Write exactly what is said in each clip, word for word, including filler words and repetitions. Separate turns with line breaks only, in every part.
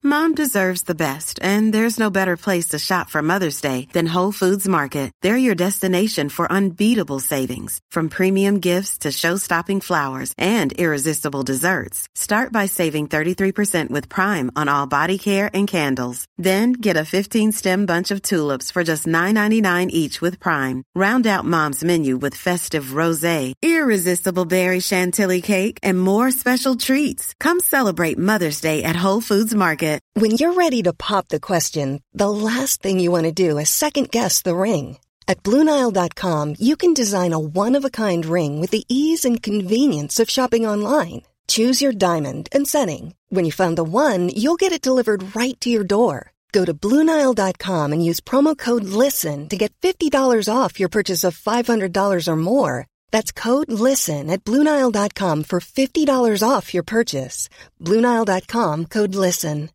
Mom deserves the best, and there's no better place to shop for Mother's Day than Whole Foods Market. They're your destination for unbeatable savings, from premium gifts to show-stopping flowers and irresistible desserts. Start by saving thirty-three percent with Prime on all body care and candles. Then get a fifteen-stem bunch of tulips for just nine ninety-nine each with Prime. Round out Mom's menu with festive rosé, irresistible berry chantilly cake, and more special treats. Come celebrate Mother's Day at Whole Foods Market.
When you're ready to pop the question, the last thing you want to do is second-guess the ring. At Blue Nile dot com, you can design a one-of-a-kind ring with the ease and convenience of shopping online. Choose your diamond and setting. When you find the one, you'll get it delivered right to your door. Go to Blue Nile dot com and use promo code LISTEN to get fifty dollars off your purchase of five hundred dollars or more. That's code LISTEN at Blue Nile dot com for fifty dollars off your purchase. Blue Nile dot com, code LISTEN.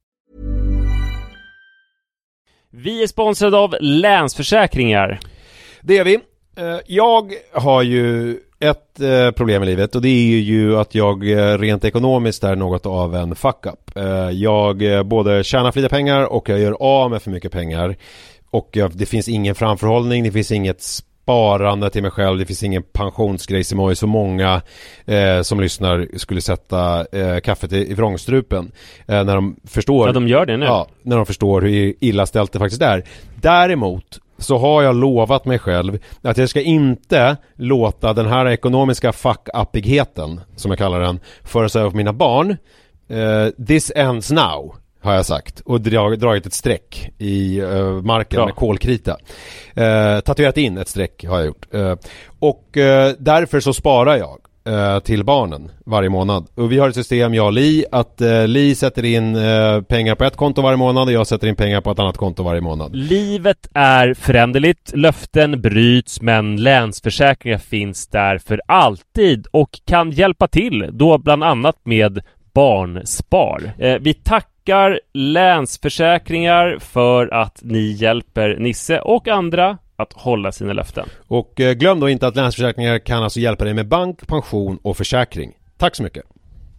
Vi är sponsrade av Länsförsäkringar.
Det är vi. Jag har ju ett problem i livet, och det är ju att jag rent ekonomiskt är något av en fuck-up. Jag både tjänar för lite pengar och jag gör av med för mycket pengar. Och det finns ingen framförhållning, det finns inget sparande till mig själv, det finns ingen pensionsgrej som är så många eh, som lyssnar skulle sätta eh, kaffet i, i vrångstrupen eh, när de förstår.
Ja, de gör det nu.
Ja, när de förstår hur illa ställt det faktiskt är. Däremot så har jag lovat mig själv att jag ska inte låta den här ekonomiska fuck-uppigheten, som jag kallar den, föras över på mina barn. Uh, this ends now, har jag sagt. Och drag, dragit ett streck i uh, marken ja. med kolkrita. Uh, tatuerat in ett streck har jag gjort. Uh, och uh, därför så sparar jag uh, till barnen varje månad. Och vi har ett system, jag och Li, att uh, Li sätter in uh, pengar på ett konto varje månad och jag sätter in pengar på ett annat konto varje månad.
Livet är föränderligt, löften bryts, men Länsförsäkringar finns där för alltid och kan hjälpa till, då bland annat med barnspar. Eh, vi tackar Länsförsäkringar för att ni hjälper Nisse och andra att hålla sina löften.
Och eh, glöm då inte att Länsförsäkringar kan alltså hjälpa dig med bank, pension och försäkring. Tack så mycket.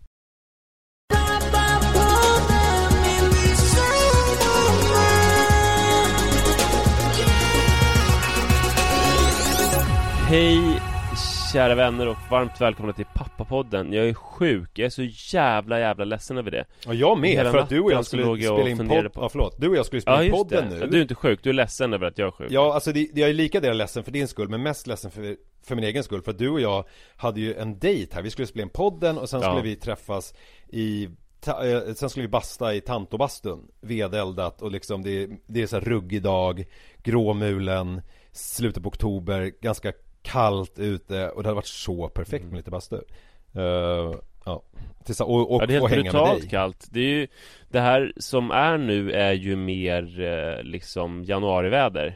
Hej kära vänner och varmt välkomna till Pappapodden. Jag är sjuk, jag är så jävla jävla ledsen över det.
Ja, jag med,
hela
för att du och jag skulle
jag
spela in podd. Ja, förlåt. Du och jag skulle spela in
ja,
podden
det.
nu.
Du är inte sjuk, du är ledsen över att jag är sjuk.
Ja, alltså det, jag är lika del ledsen för din skull, men mest ledsen för, för min egen skull. För att du och jag hade ju en dejt här. Vi skulle spela in podden och sen skulle ja. vi träffas i... Ta, eh, sen skulle vi basta i Tantobastun, vedeldat, och liksom det, det är så här ruggig dag, gråmulen, slutet på oktober, ganska kallt ute, och det hade varit så perfekt med lite bastu. Uh, ja. Tills, och, och,
ja, det är helt
och hänga
brutalt
med dig.
Kallt. Det är ju, det här som är nu är ju mer eh, liksom januariväder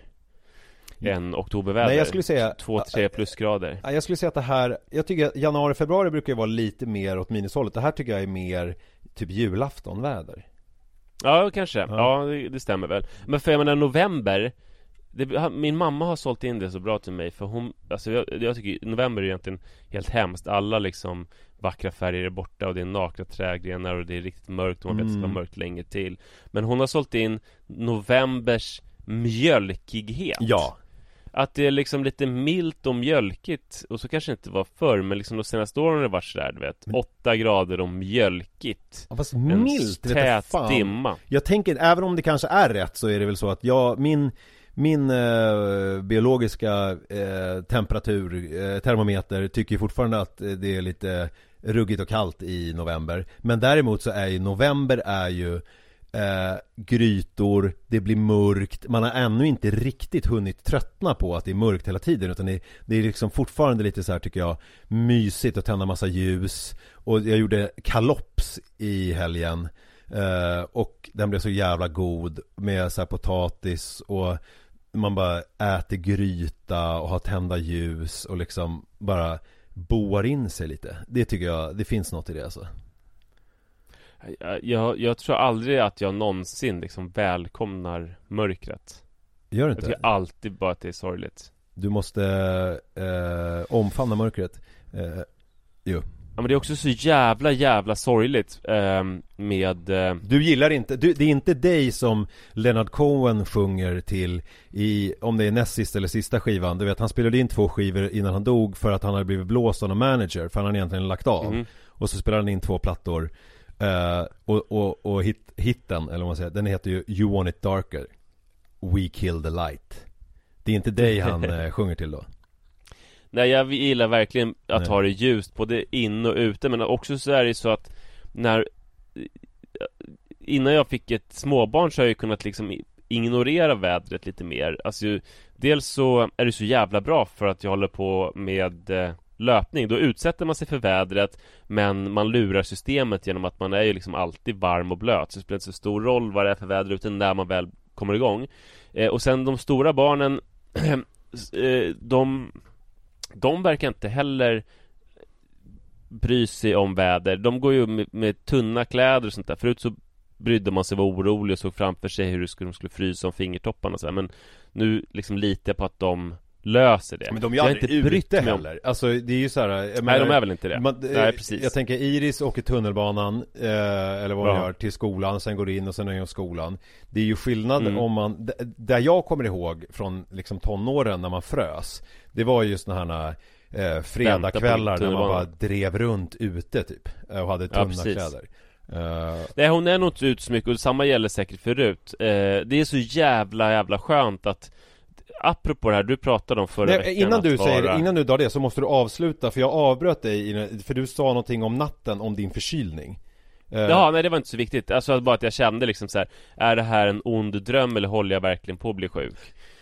mm. än oktoberväder.
Nej, jag skulle säga
två till tre plusgrader.
Jag skulle säga att det här, jag tycker att januari, februari brukar ju vara lite mer åt minushållet. Det här tycker jag är mer typ julaftonväder.
Ja, kanske. Ja,
ja
det, det stämmer väl. Men för jag menar november, det, min mamma har sålt in det så bra till mig, för hon, alltså jag, jag tycker november är egentligen helt hemskt. Alla liksom vackra färger är borta och det är nakna trädgrenar och det är riktigt mörkt och man vet att det ska vara mörkt länge till. Men hon har sålt in novembers mjölkighet.
Ja.
Att det är liksom lite milt och mjölkigt. Och så kanske inte var förr, men liksom de senaste åren har det varit sådär, du vet, åtta grader och mjölkigt.
Ja, fast
en
milt,
tät
fan.
dimma.
Jag tänker, även om det kanske är rätt, så är det väl så att jag, min Min eh, biologiska eh, temperatur, eh, termometer, tycker fortfarande att det är lite ruggigt och kallt i november. Men däremot så är ju november är ju eh, grytor, det blir mörkt. Man har ännu inte riktigt hunnit tröttna på att det är mörkt hela tiden, utan det, det är liksom fortfarande lite så här, tycker jag, mysigt att tända massa ljus. Och jag gjorde kalops i helgen. Uh, och den blev så jävla god med så här potatis, och man bara äter gryta och har tända ljus och liksom bara boar in sig lite. Det tycker jag, det finns något i det alltså.
Jag, jag, jag tror aldrig att jag någonsin liksom välkomnar mörkret.
Gör inte?
Jag tycker alltid bara att det är sorgligt.
Du måste uh, omfamna mörkret. Uh, jo.
Ja, men det är också så jävla jävla sorgligt eh, med eh...
Du gillar inte, du, det är inte dig som Leonard Cohen sjunger till i, om det är näst sista eller sista skivan. Du vet, han spelade in två skivor innan han dog för att han hade blivit blåst av en manager, för han hade egentligen lagt av. Mm. Och så spelade han in två plattor eh, och, och, och hit, hitten, eller vad man säger, den heter ju You Want It Darker, We Kill the Light. Det är inte dig han eh, sjunger till då.
Nej, jag gillar verkligen att
Nej.
ha det ljust både in och ute. Men också så är det så att när innan jag fick ett småbarn så har jag ju kunnat liksom ignorera vädret lite mer. Alltså, dels så är det så jävla bra för att jag håller på med eh, löpning. Då utsätter man sig för vädret, men man lurar systemet genom att man är ju liksom alltid varm och blöt. Så det spelar inte så stor roll vad det är för väder ute när man väl kommer igång. eh, Och sen de stora barnen eh, de De verkar inte heller bry sig om väder. De går ju med, med tunna kläder och sånt där. Förut så brydde man sig, var orolig och såg framför sig hur de skulle, de skulle frysa om fingertopparna och så här. Men nu liksom litar jag på att de löser det.
Men de är ju aldrig ute heller. Alltså det är ju så här, jag menar,
nej, de är väl inte det.
Man,
nej, precis.
Jag tänker Iris åker tunnelbanan eh, eller vad man gör till skolan, sen går in och sen är jag skolan. Det är ju skillnad mm. om man, där jag kommer ihåg från liksom tonåren när man frös. Det var ju såna här eh, fredagskvällar när man bara drev runt ute typ och hade tunna ja, kläder. Uh...
Nej, hon är nog inte ut så mycket, och samma gäller säkert förut. uh, Det är så jävla jävla skönt att, apropå det här du pratade om förra
Nej,
veckan,
innan du
vara...
säger, innan du drar det så måste du avsluta, för jag avbröt dig, för du sa någonting om natten, om din förkylning. uh...
Ja, nej det var inte så viktigt. Alltså bara att jag kände liksom så här: är det här en ond dröm eller håller jag verkligen på att bli sjuk?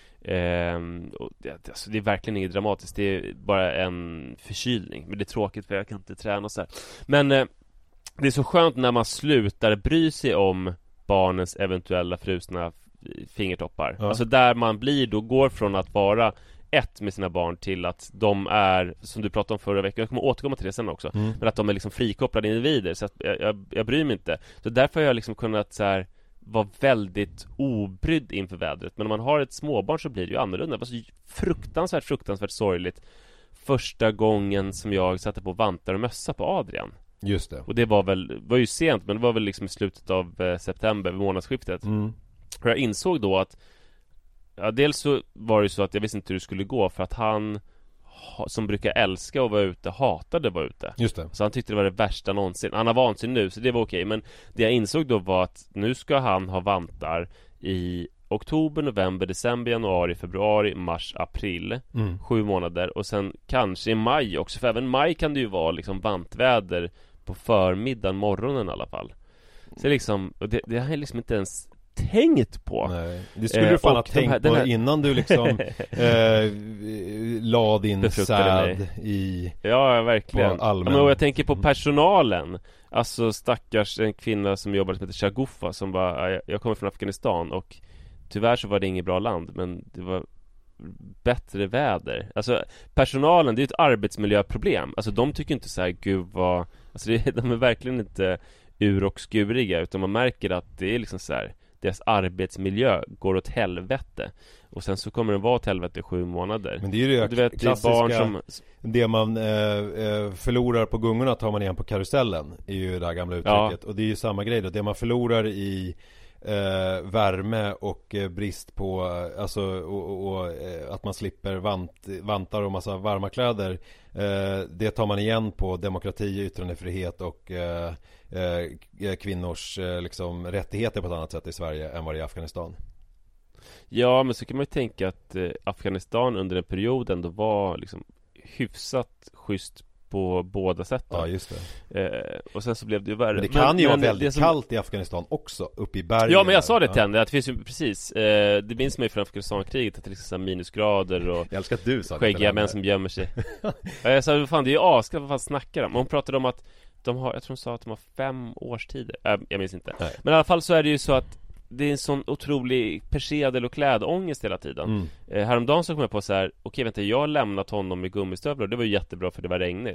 Uh, och det, alltså, det är verkligen inget dramatiskt. Det är bara en förkylning. Men det är tråkigt för jag kan inte träna och så här. Men uh, det är så skönt när man slutar bry sig om barnens eventuella frusna fingertoppar. Ja. Alltså där man blir då, går från att vara ett med sina barn till att de är, som du pratade om förra veckan, jag kommer återkomma till det sen också, mm. men att de är liksom frikopplade individer, så att jag, jag, jag bryr mig inte. Så därför har jag liksom kunnat så här vara väldigt obrydd inför vädret. Men om man har ett småbarn så blir det ju annorlunda. Det var så fruktansvärt, fruktansvärt sorgligt första gången som jag satte på vantar och mössa på Adrian.
Just det.
Och det var väl, var ju sent, men det var väl liksom i slutet av eh, september, vid månadsskiftet. Mm. Och jag insåg då att, ja, dels så var det så att jag visste inte hur det skulle gå, för att han, som brukar älska att vara ute, hatade att vara ute.
Just det.
Så han tyckte det var det värsta någonsin. Han har vansin nu, så det var okej. Men det jag insåg då var att nu ska han ha vantar i oktober, november, december, januari, februari, mars, april. Mm. Sju månader. Och sen kanske i maj också. För även maj kan det ju vara liksom vantväder på förmiddagen, morgonen i alla fall. Så liksom, och det, det har jag liksom inte ens tänkt på.
Nej, det skulle du fan eh, ha tänkt här, på här... innan du liksom eh, la din säd i...
Ja, verkligen. Allmän... Men jag tänker på personalen. Alltså stackars en kvinna som jobbar som heter Shaguffa, som bara, jag kommer från Afghanistan och tyvärr så var det inget bra land, men det var bättre väder. Alltså personalen, det är ett arbetsmiljöproblem. Alltså de tycker inte så här, gud vad, alltså det, de är verkligen inte ur och skuriga, utan man märker att det är liksom så här, deras arbetsmiljö går åt helvete. Och sen så kommer den vara åt helvete i sju månader.
Men det är ju det,
du vet,
klassiska,
det, barn som...
det man eh, förlorar på gungorna tar man igen på karusellen, är ju det här gamla uttrycket. Ja. Och det är ju samma grej då. Det man förlorar i eh, värme och eh, brist på, alltså och, och, och eh, att man slipper vant, vantar och massa varma kläder, eh, det tar man igen på demokrati, yttrandefrihet och eh, eh, kvinnors eh, liksom rättigheter på ett annat sätt i Sverige än vad det är i Afghanistan.
Ja, men så kan man ju tänka att eh, Afghanistan under den perioden då var liksom hyfsat schysst på båda sätt.
Ja, just det.
Eh, och sen så blev det ju värre.
Men det kan
men,
ju
men
vara väldigt
som...
kallt i Afghanistan också, uppe i bergen.
Ja, men jag sa det till henne, att det finns ju precis, eh, det minns mig från Afghanistankriget, att det liksom är minusgrader och
jag älskar att du sa det,
skäggiga män som gömmer sig. Jag sa, fan det är ju askallt, vad fan snackar de? Hon pratade om att de har, jag tror hon sa att de har fem årstider. äh, Jag minns inte. Nej. Men i alla fall så är det ju så att det är en sån otrolig persedel och klädångest hela tiden. Mm. eh, Häromdagen så kom jag på så här: okej, vänta, jag har lämnat honom med gummistövlar. Det var ju jättebra för det var regnigt.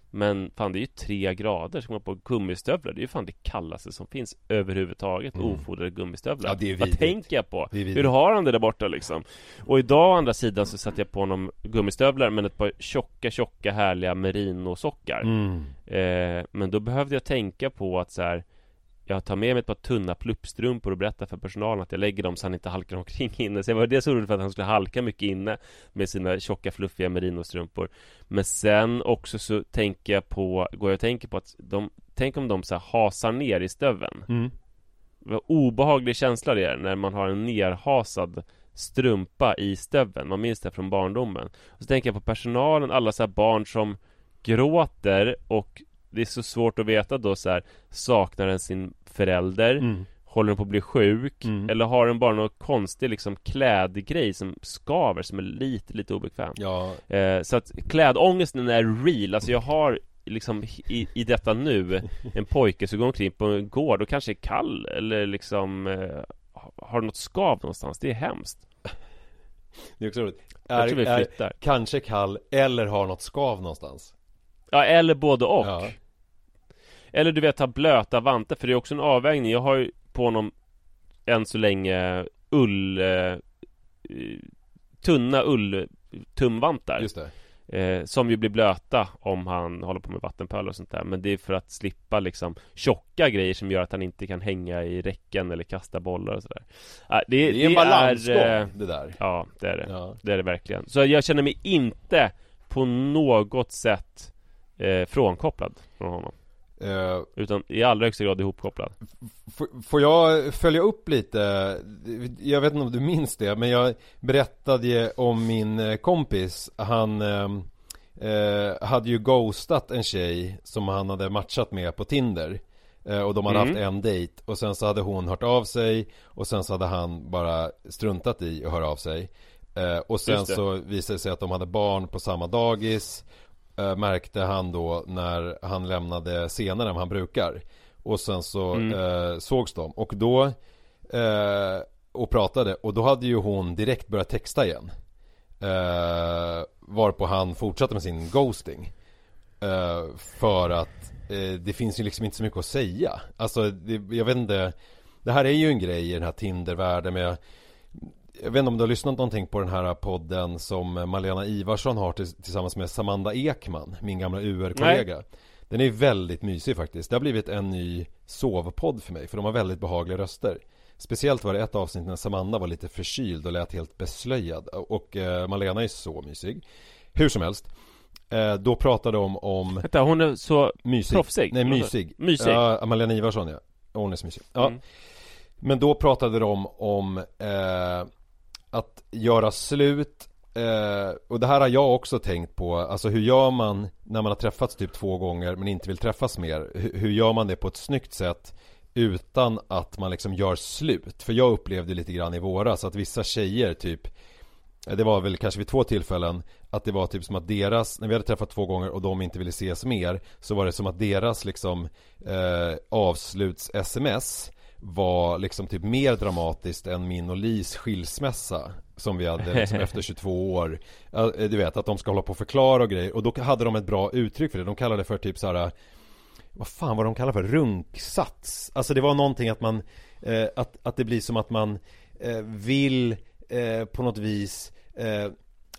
Men fan, det är ju tre grader. Ska man på gummistövlar, det är ju fan det kallaste som finns överhuvudtaget. Mm. Ofodrade gummistövlar.
Ja, det är
Vad tänker jag på?
Det
Hur har han det där borta liksom? Och idag å andra sidan så satte jag på honom gummistövlar, men ett par tjocka, tjocka, härliga merino-sockar.
Mm.
eh, Men då behövde jag tänka på att så här, jag tar med mig ett par tunna pluppstrumpor och berättar för personalen att jag lägger dem så han inte halkar omkring inne. Så jag var det så roligt för att han skulle halka mycket inne med sina tjocka, fluffiga merinostrumpor. Men sen också så tänker jag på, går jag och tänker på att de, tänk om de så här hasar ner i stöveln.
Mm.
Vad obehaglig känsla det är när man har en nerhasad strumpa i stöveln. Man minns det från barndomen. Och så tänker jag på personalen, alla så här barn som gråter, och det är så svårt att veta då så här, saknar den sin förälder? Mm. Håller den på att bli sjuk? Mm. Eller har den bara någon konstig liksom klädgrej som skaver, som är lite, lite obekväm?
Ja.
Eh, så att klädångesten är real. Alltså jag har liksom i, i detta nu en pojke som går omkring på en gård och kanske är kall, eller liksom eh, har något skav någonstans. Det är hemskt.
Det är också roligt.
Är, jag tror vi flyttar.
Är kanske kall eller har något skav någonstans.
Ja, eller både och.
Ja.
Eller du vet, ha blöta vantar. För det är också en avvägning. Jag har ju på honom än så länge ull eh, tunna ull tumvantar.
Just det.
Eh, som ju blir blöta om han håller på med vattenpöl och sånt där. Men det är för att slippa liksom tjocka grejer som gör att han inte kan hänga i räcken eller kasta bollar och sådär. Eh, det,
det är en
det
balansgång,
är, eh,
det där.
Ja, det är det.
Ja.
Det är det verkligen. Så jag känner mig inte på något sätt eh, frånkopplad från honom. Uh, Utan i allra högsta grad ihopkopplad.
f- Får jag följa upp lite? Jag vet inte om du minns det, men jag berättade ju om min kompis. Han uh, uh, hade ju ghostat en tjej som han hade matchat med på Tinder, uh, och de hade mm. haft en dejt. Och sen så hade hon hört av sig, och sen så hade han bara struntat i att höra av sig. uh, Och sen så visade det sig att de hade barn på samma dagis. Märkte han då när han lämnade senare än han brukar. Och sen så mm. eh, sågs de. Och då eh, och pratade. Och då hade ju hon direkt börjat texta igen. eh, Varpå han fortsatte med sin ghosting. eh, För att eh, det finns ju liksom inte så mycket att säga. Alltså det, jag vet inte. Det här är ju en grej i den här Tinder-världen med... Jag vet inte om du har lyssnat någonting på den här podden som Malena Ivarsson har tillsammans med Samanda Ekman, min gamla U R-kollega. Nej. Den är väldigt mysig faktiskt. Det har blivit en ny sovpodd för mig, för de har väldigt behagliga röster. Speciellt var det ett avsnitt när Samanda var lite förkyld och lät helt beslöjad. Och eh, Malena är så mysig. Hur som helst. Eh, då pratade de om...
Vänta, hon är så
mysig.
Proffsig.
Nej, mysig.
Mysig.
Ja, Malena Ivarsson, ja. Hon är så mysig. Ja. Mm. Men då pratade de om... Eh, att göra slut, eh, och det här har jag också tänkt på. Alltså hur gör man när man har träffats typ två gånger men inte vill träffas mer? H- hur gör man det på ett snyggt sätt utan att man liksom gör slut? För jag upplevde lite grann i våras att vissa tjejer typ, det var väl kanske vid två tillfällen, att det var typ som att deras, när vi hade träffat två gånger och de inte ville ses mer, så var det som att deras liksom eh, avsluts-sms var liksom typ mer dramatiskt än min och Lis skilsmässa som vi hade liksom efter tjugotvå år. Du vet, att de ska hålla på och förklara och grejer. Och då hade de ett bra uttryck för det. De kallade det för typ så här, vad fan var de kallar för? Runksats. Alltså det var någonting att man eh, att, att det blir som att man eh, vill eh, på något vis eh,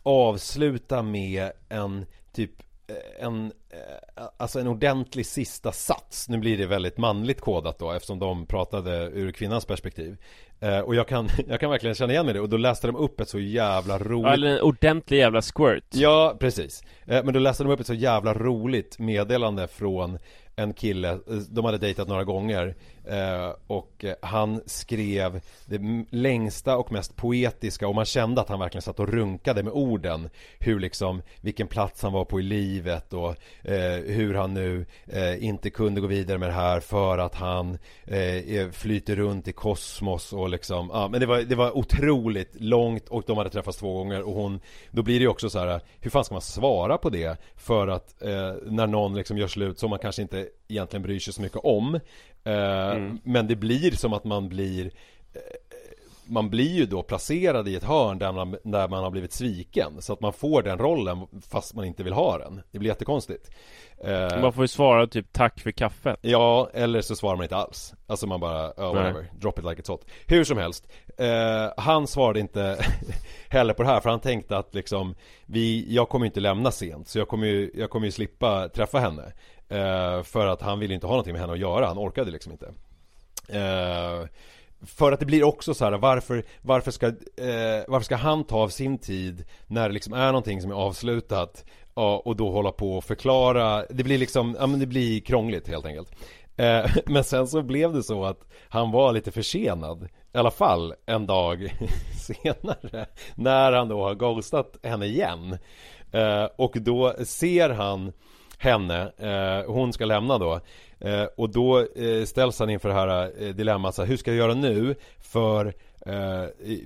avsluta med en typ en, alltså en ordentlig sista sats. Nu blir det väldigt manligt kodat då, eftersom de pratade ur kvinnans perspektiv. eh, Och jag kan, jag kan verkligen känna igen med det. Och då läste de upp ett så jävla roligt,
eller en ordentlig jävla squirt.
Ja, precis. eh, Men då läste de upp ett så jävla roligt meddelande från en kille. De hade dejtat några gånger, eh, och han skrev det längsta och mest poetiska, och man kände att han verkligen satt och runkade med orden. Hur liksom, vilken plats han var på i livet, och eh, hur han nu eh, inte kunde gå vidare med det här för att han eh, flyter runt i kosmos och liksom, ja, men det var, det var otroligt långt, och de hade träffats två gånger. Och hon, då blir det ju också så här, hur fan ska man svara på det? För att eh, när någon liksom gör slut som man kanske inte egentligen bryr sig så mycket om, eh, mm. men det blir som att man blir eh, man blir ju då placerad i ett hörn där man, där man har blivit sviken. Så att man får den rollen fast man inte vill ha den. Det blir jättekonstigt.
eh, Man får ju svara typ tack för kaffet.
Ja, eller så svarar man inte alls. Alltså man bara, oh, whatever, drop it like it's hot. Hur som helst, eh, han svarade inte heller på det här. För han tänkte att liksom vi, jag kommer inte lämna sent. Så jag kommer ju, jag kommer ju slippa träffa henne. eh, För att han ville inte ha någonting med henne att göra. Han orkade liksom inte. eh, För att det blir också så här, varför, varför, ska, eh, varför ska han ta av sin tid när det liksom är någonting som är avslutat, ja, och då hålla på och förklara. Det blir liksom, ja men det blir krångligt helt enkelt. eh, Men sen så blev det så att han var lite försenad i alla fall en dag senare, när han då har ghostat henne igen. eh, Och då ser han henne, eh, hon ska lämna då. Eh, och då eh, ställs han inför det här eh, dilemmat så här, hur ska jag göra nu? För eh,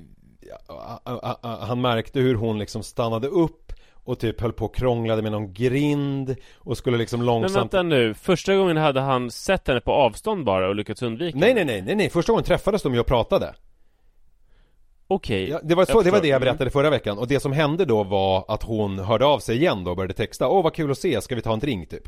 han märkte hur hon liksom stannade upp och typ höll på och krånglade med någon grind och skulle liksom långsamt...
Men vänta nu, första gången hade han sett henne på avstånd bara och lyckats undvika?
Nej, nej, nej, nej, nej. Första gången träffades de ju och pratade.
Okej.
Ja, det var så, det var det jag berättade förra veckan. Och det som hände då var att hon hörde av sig igen då och började texta. Åh, vad kul att se, ska vi ta en drink typ?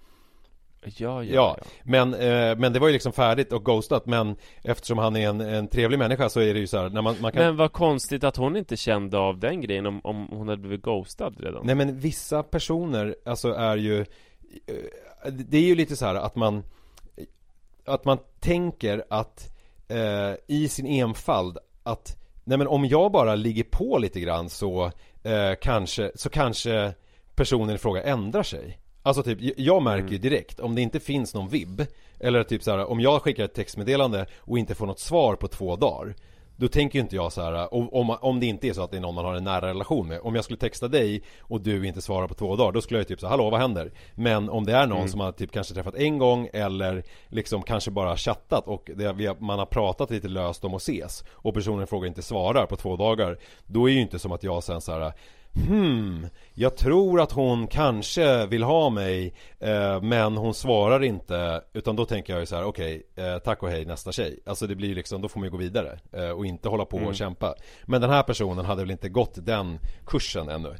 Ja, ja,
ja.
ja.
Men, eh, men det var ju liksom färdigt och ghostat. Men eftersom han är en, en trevlig människa så är det ju så här, när man, man kan...
Men vad konstigt att hon inte kände av den grejen om, om hon hade blivit ghostad redan.
Nej, men vissa personer alltså är ju, det är ju lite så här att man att man tänker att eh, i sin enfald att nej, men om jag bara ligger på lite grann så eh, kanske så kanske personen i fråga ändrar sig. Alltså typ, jag märker ju direkt om det inte finns någon vibb, eller typ så här, om jag skickar ett textmeddelande och inte får något svar på två dagar, då tänker ju inte jag så här, om, om det inte är så att det är någon man har en nära relation med. Om jag skulle texta dig och du inte svarar på två dagar, då skulle jag typ så, hallå, vad händer? Men om det är någon mm. som har typ kanske träffat en gång eller liksom kanske bara chattat och det, man har pratat lite löst om att ses och personen frågar inte svarar på två dagar, då är ju inte som att jag sen så här, Hmm, jag tror att hon kanske vill ha mig eh, men hon svarar inte, utan då tänker jag ju så här: okej, okay, eh, tack och hej, nästa tjej. Alltså det blir liksom, då får man ju gå vidare eh, och inte hålla på mm. och kämpa. Men den här personen hade väl inte gått den kursen ännu,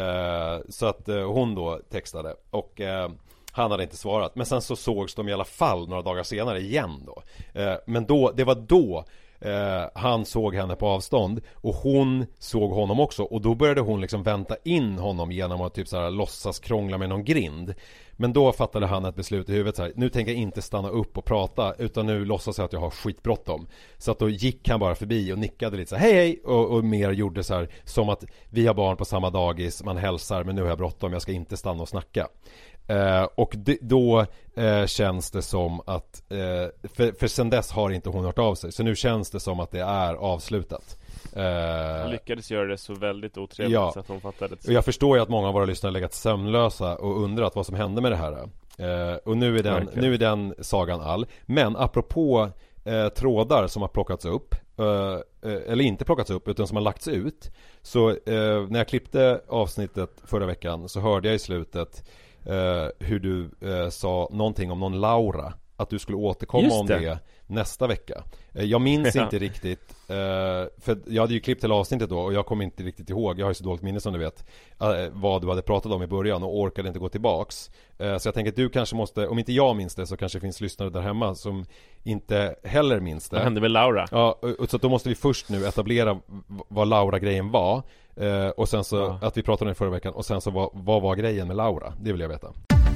eh, så att eh, hon då textade och eh, han hade inte svarat. Men sen så sågs de i alla fall några dagar senare igen då. eh, Men då, det var då Eh, han såg henne på avstånd och hon såg honom också, och då började hon liksom vänta in honom genom att typ så här låtsas krångla med någon grind. Men då fattade han ett beslut i huvudet så här: nu tänker jag inte stanna upp och prata, utan nu låtsas jag att jag har skitbråttom. Så att då gick han bara förbi och nickade lite så här, hej hej, och, och mer gjorde så här som att vi har barn på samma dagis, man hälsar, men nu har jag bråttom, jag ska inte stanna och snacka. Uh, och d- då uh, känns det som att uh, för, för sen dess har inte hon hört av sig. Så nu känns det som att det är avslutat. uh,
Hon lyckades göra det så väldigt otrevligt, ja. Så att hon fattade det.
Och jag förstår ju att många av våra lyssnare legat sömnlösa och undrat vad som hände med det här. uh, Och nu är, den, nu är den sagan all. Men apropå uh, trådar som har plockats upp, uh, uh, eller inte plockats upp, utan som har lagts ut. Så uh, när jag klippte avsnittet förra veckan så hörde jag i slutet Uh, hur du uh, sa någonting om någon Laura, att du skulle återkomma om det. det nästa vecka. uh, Jag minns ja. inte riktigt uh, för jag hade ju klippt hela avsnittet då och jag kommer inte riktigt ihåg, jag har ju så dåligt minne som du vet, uh, vad du hade pratat om i början och orkade inte gå tillbaks. uh, Så jag tänker att du kanske måste, om inte jag minns det så kanske det finns lyssnare där hemma som inte heller minns det.
Vad hände med Laura?
Ja, uh, så då måste vi först nu etablera v- vad Laura-grejen var. Uh, och sen så ja. att vi pratade om det förra veckan. Och sen så vad, vad var grejen med Laura? Det vill jag veta.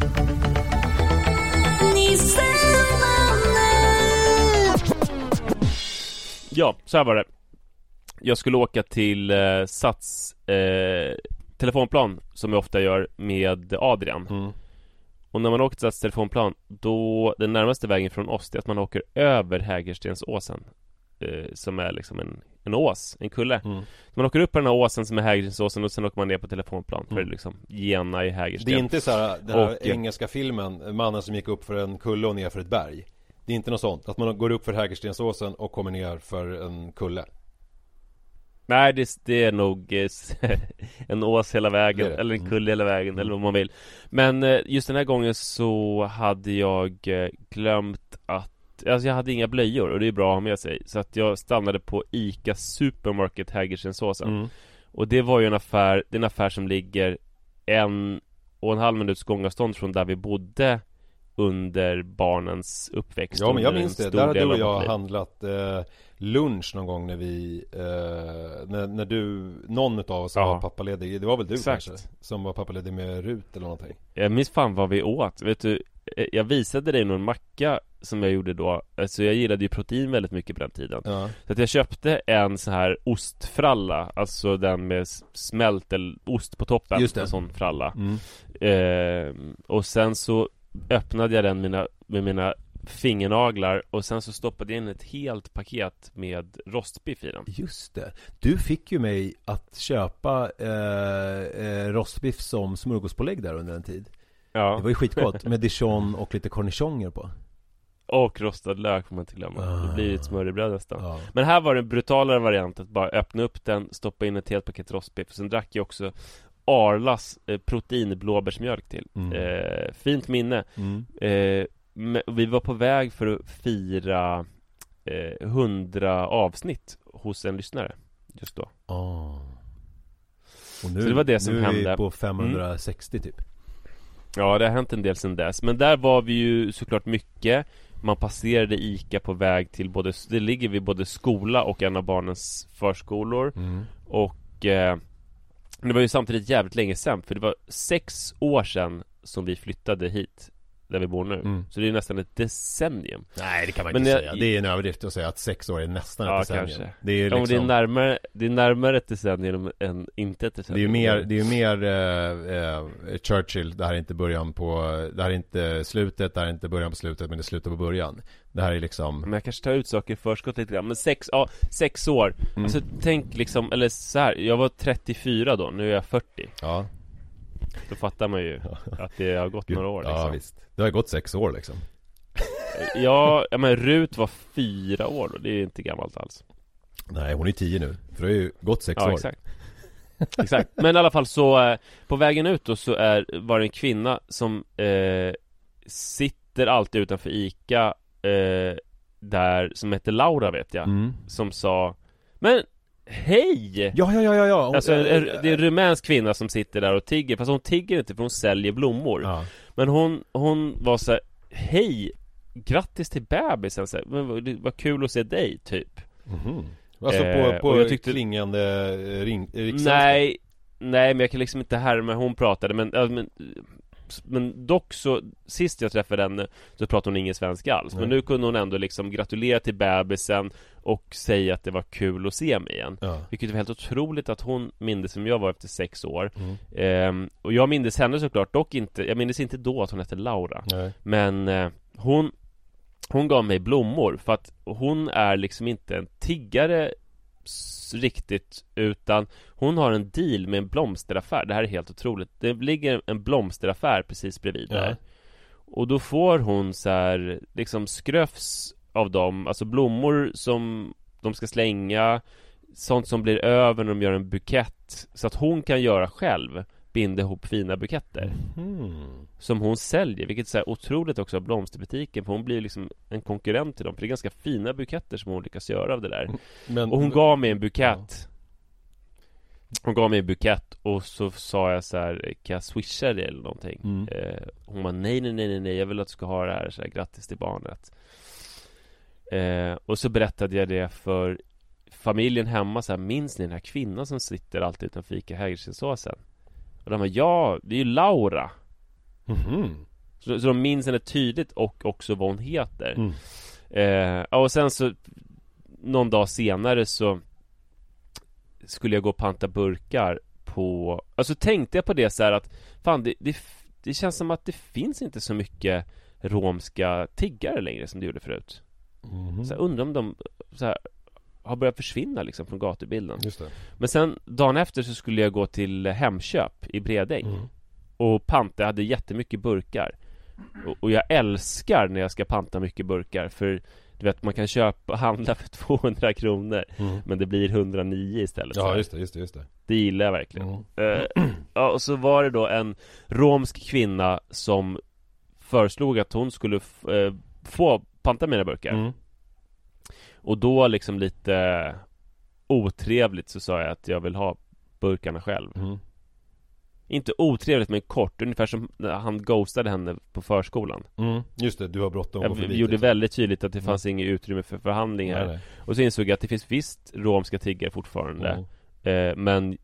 Ja, så här var det. Jag skulle åka till eh, Sats eh, telefonplan, som jag ofta gör med Adrian. mm. Och när man åker till Sats telefonplan, då den närmaste vägen från oss är att man åker över Hägerstensåsen, eh, som är liksom en en ås, en kulle. Mm. Man åker upp på den här åsen som är Hägerstensåsen och sen åker man ner på telefonplan för mm. att liksom gena i Hägersten.
Det är inte så här den här och, engelska filmen, mannen som gick upp för en kulle och ner för ett berg. Det är inte något sånt, att man går upp för Hägerstensåsen och kommer ner för en kulle.
Nej, det, det är nog en ås hela vägen, det det. Eller en kulle hela vägen, mm. eller vad man vill. Men just den här gången så hade jag glömt att att alltså jag hade inga blöjor och det är bra att ha med sig. Så att jag stannade på Ica Supermarket Hägerstensåsen. Mm. Och det var ju en affär, det är en affär som ligger en och en halv minuts gångavstånd från där vi bodde under barnens uppväxt.
Ja, men jag minns det. Där hade du och jag handlat eh, lunch någon gång när vi eh, när, när du, någon av oss ja. var pappaledig. Det var väl du Exakt. kanske som var pappaledig med Rut eller någonting.
Jag minns fan vad vi åt. Vet du, jag visade dig någon macka som jag gjorde då. Alltså jag gillade ju protein väldigt mycket på den tiden. Ja. Så att jag köpte en så här ostfralla, alltså den med smält eller ost på toppen.
Just det.
En sån fralla. Mm. Eh, och sen så öppnade jag den mina, med mina fingernaglar och sen så stoppade jag in ett helt paket med rostbiff i den.
Just det. Du fick ju mig att köpa eh, eh, rostbiff som smörgåspålägg där under en tid. Ja. Det var ju skitgott med dijon och lite cornichoner på.
Och rostad lök får man inte glömma. Ah. Det blir ju ett smörrebröd nästan. Ah. Men här var det en brutalare variant att bara öppna upp den, stoppa in ett helt paket rostbiff. Och sen drack jag också Arlas eh, proteinblåbärsmjölk till. Mm. Eh, fint minne. Mm. Eh, vi var på väg för att fira eh, hundra avsnitt hos en lyssnare just då.
Oh. Och nu,
så det var det som
nu
hände.
är vi på femhundrasextio mm. typ.
Ja, det har hänt en del sedan dess. Men där var vi ju såklart mycket. Man passerade Ica på väg till både, det ligger vid både skola och en av barnens förskolor. Mm. Och eh, det var ju samtidigt jävligt länge sedan, för det var sex år sedan som vi flyttade hit där vi bor nu. Mm. Så det är nästan ett decennium.
Nej, det kan man inte men, säga. Det är en överdrift att säga att sex år är nästan
ja,
ett decennium.
Kanske.
Det är, liksom...
ja, det är närmare det är närmare ett decennium än inte ett decennium.
Det är ju mer det är ju mer eh, eh, Churchill. Det här är inte början på det här är inte slutet, det här är inte början på slutet, men det slutar på början. Det här är liksom
men jag kanske tar ut saker i förskott lite grann. Men sex ja, sex år. Mm. Alltså tänk liksom eller så här, jag var trettiofyra då, nu är jag fyrtio. Ja. Då fattar man ju att det har gått några år liksom.
Ja visst, det har gått sex år liksom.
Ja, men Rut var fyra år då. Det är inte gammalt alls.
Nej, hon är tio nu. För det har ju gått sex
ja,
år.
Exakt. Exakt. Men i alla fall så på vägen ut då så är, var det en kvinna som eh, sitter alltid utanför Ica eh, där, som heter Laura vet jag. Mm. Som sa, men hej!
Ja, ja, ja, ja. Hon,
alltså, det är en rumänsk kvinna som sitter där och tigger. Fast hon tigger inte för hon säljer blommor. Ja. Men hon, hon var så här, hej, grattis till bebisen. Så här, men det var kul att se dig, typ.
Mm-hmm. Alltså på, på jag tyckte, klingande ring,
nej, nej, men jag kan liksom inte härma. Hon pratade, men, äh, men men dock så sist jag träffade henne så pratade hon ingen svenska alls. Nej. Men nu kunde hon ändå liksom gratulera till bebisen och säga att det var kul att se mig igen. Ja. Vilket var helt otroligt att hon mindes som jag var efter sex år. Mm. Ehm, och jag mindes henne såklart, dock inte. Jag mindes inte då att hon hette Laura. Nej. Men eh, hon hon gav mig blommor för att hon är liksom inte en tiggare riktigt, utan hon har en deal med en blomsteraffär. Det här är helt otroligt. Det ligger en blomsteraffär precis bredvid där. Ja. Och då får hon så här liksom skröfs av dem, alltså blommor som de ska slänga, sånt som blir över när de gör en bukett, så att hon kan göra själv, binda ihop fina buketter. Mm. Som hon säljer, vilket är så här otroligt också av blomsterbutiken, för hon blir liksom en konkurrent till dem, för det är ganska fina buketter som hon lyckas göra av det där. Men, och hon men, gav mig en bukett. Ja. Hon gav mig en bukett och så sa jag så här, kan jag swisha det eller någonting? Mm. Eh, hon var nej, nej, nej, nej, nej, jag vill att du ska ha det här, så här, grattis till barnet. Eh, och så berättade jag det för familjen hemma, så här, minns ni den här kvinnan som sitter alltid utanför Ica Hägerstensåsen? Och de bara, ja, det är ju Laura. Mm-hmm. så, så de minns henne tydligt och också vad hon heter. Mm. eh, Och sen så någon dag senare så skulle jag gå och panta burkar på, alltså tänkte jag på det så här att fan, det, det, det känns som att det finns inte så mycket romska tiggare längre som det gjorde förut. Mm-hmm. Så jag undrar om de så här har börjat försvinna liksom från gatubilden. Just det. Men sen dagen efter så skulle jag gå till Hemköp i Bredäng. Mm. Och panta, jag hade jättemycket burkar. Och, och jag älskar när jag ska panta mycket burkar, för du vet, man kan köpa och handla för tvåhundra kronor, mm. men det blir etthundranio istället.
Ja, just det, just det, just det.
Det gillar jag verkligen. Mm. Uh, ja, och så var det då en romsk kvinna som föreslog att hon skulle f- uh, få panta mina burkar.
Mm.
Och då liksom lite otrevligt så sa jag att jag vill ha burkarna själv.
Mm.
Inte otrevligt men kort, ungefär som när han ghostade henne på förskolan.
Mm. Just det, du har bråttom.
Jag
förbi,
gjorde
liksom.
väldigt tydligt att det
Mm.
fanns inget utrymme för förhandlingar.
Nej, nej.
Och så insåg jag att det finns visst romska tiggare fortfarande.
Mm.
Eh, men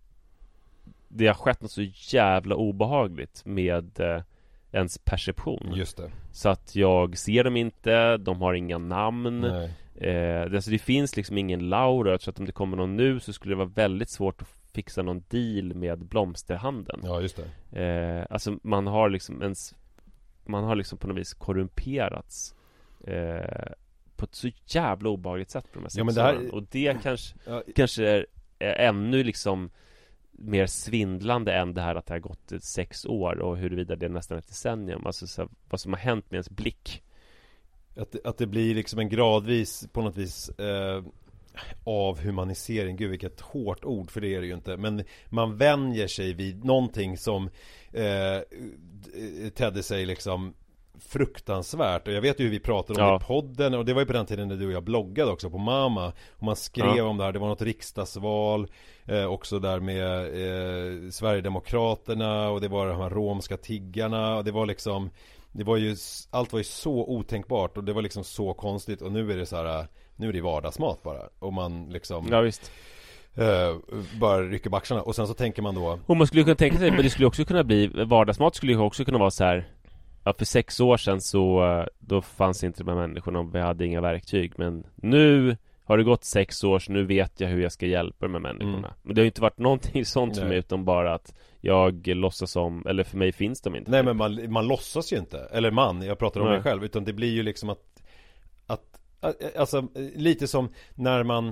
det har skett något så jävla obehagligt med eh, ens perception.
Just det.
Så att jag ser dem inte, de har inga namn.
Nej.
Eh, det, alltså det finns liksom ingen Laura. Så att om det kommer någon nu så skulle det vara väldigt svårt att fixa någon deal med blomsterhandeln.
Ja, just det.
Eh, alltså man har liksom ens, man har liksom på något vis korrumperats eh, på ett så jävla obehagligt sätt på de här sex
Ja, men det här-
åren. Och det kanske,
Ja,
kanske är, är ännu liksom mer svindlande än det här att det har gått sex år och huruvida det är nästan ett decennium. Alltså så här, vad som har hänt med ens blick.
Att, det- att det blir liksom en gradvis på något vis eh, avhumanisering. Gud vilket hårt ord, för det är det ju inte. Men man vänjer sig vid någonting som eh, tedde sig liksom fruktansvärt. Och jag vet ju hur vi pratade om
Ja.
det i podden. Och det var ju på den tiden när du och jag bloggade också på Mama. Och man skrev
Ja.
om det här. Det var något riksdagsval eh, också där med eh, Sverigedemokraterna. Och det var de här romska tiggarna. Och det var liksom, det var ju, allt var ju så otänkbart. Och det var liksom så konstigt. Och nu är det så här, nu är det vardagsmat bara. Och man liksom
Ja visst.
eh, bara rycker på axlarna. Och sen så tänker man då,
Och man skulle kunna tänka sig, men det skulle också kunna bli, vardagsmat skulle ju också kunna vara så här. Ja, för sex år sedan så eh, då fanns inte de här människorna och vi hade inga verktyg. Men nu har det gått sex år så nu vet jag hur jag ska hjälpa de här människorna.
Mm.
Men det har ju inte varit någonting sånt för
Nej.
mig, utan bara att jag låtsas om, eller för mig finns de inte.
nej men man, man låtsas ju inte. Eller man, jag pratar om
Nej.
mig själv. Utan det blir ju liksom att, att, att alltså lite som när man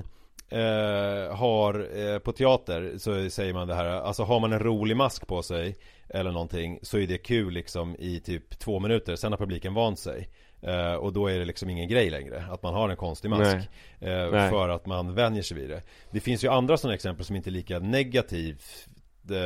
eh, har eh, på teater så säger man det här, alltså har man en rolig mask på sig eller någonting så är det kul liksom i typ två minuter. Sen har publiken vant sig. Eh, och då är det liksom ingen grej längre att man har en konstig mask. Eh,
Nej.
för att man vänjer sig vid det. Det finns ju andra sådana exempel som inte är lika negativt. Det,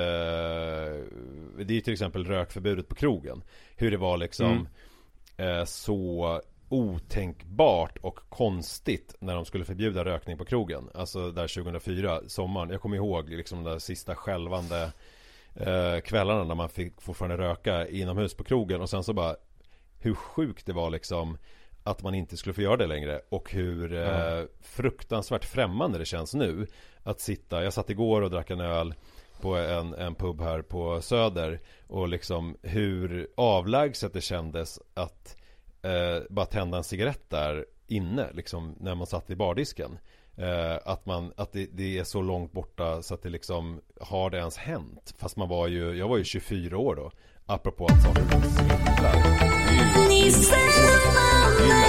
det är ju till exempel rökförbudet på krogen. Hur det var liksom
Mm.
eh, så otänkbart och konstigt när de skulle förbjuda rökning på krogen. Alltså där tjugohundrafyra, sommaren. Jag kommer ihåg liksom de där sista skälvande eh, kvällarna när man fick fortfarande röka inomhus på krogen. Och sen så bara, hur sjukt det var liksom att man inte skulle få göra det längre. Och hur eh, fruktansvärt främmande det känns nu att sitta, jag satt igår och drack en öl på en, en pub här på Söder. Och liksom hur avlägset det kändes att eh, bara tända en cigarett där inne liksom när man satt vid bardisken. Eh, att man, att det, det är så långt borta så att det liksom, har det ens hänt? Fast man var ju, jag var ju tjugofyra år då. Apropå att saker svindlar. Det är ju, det är ju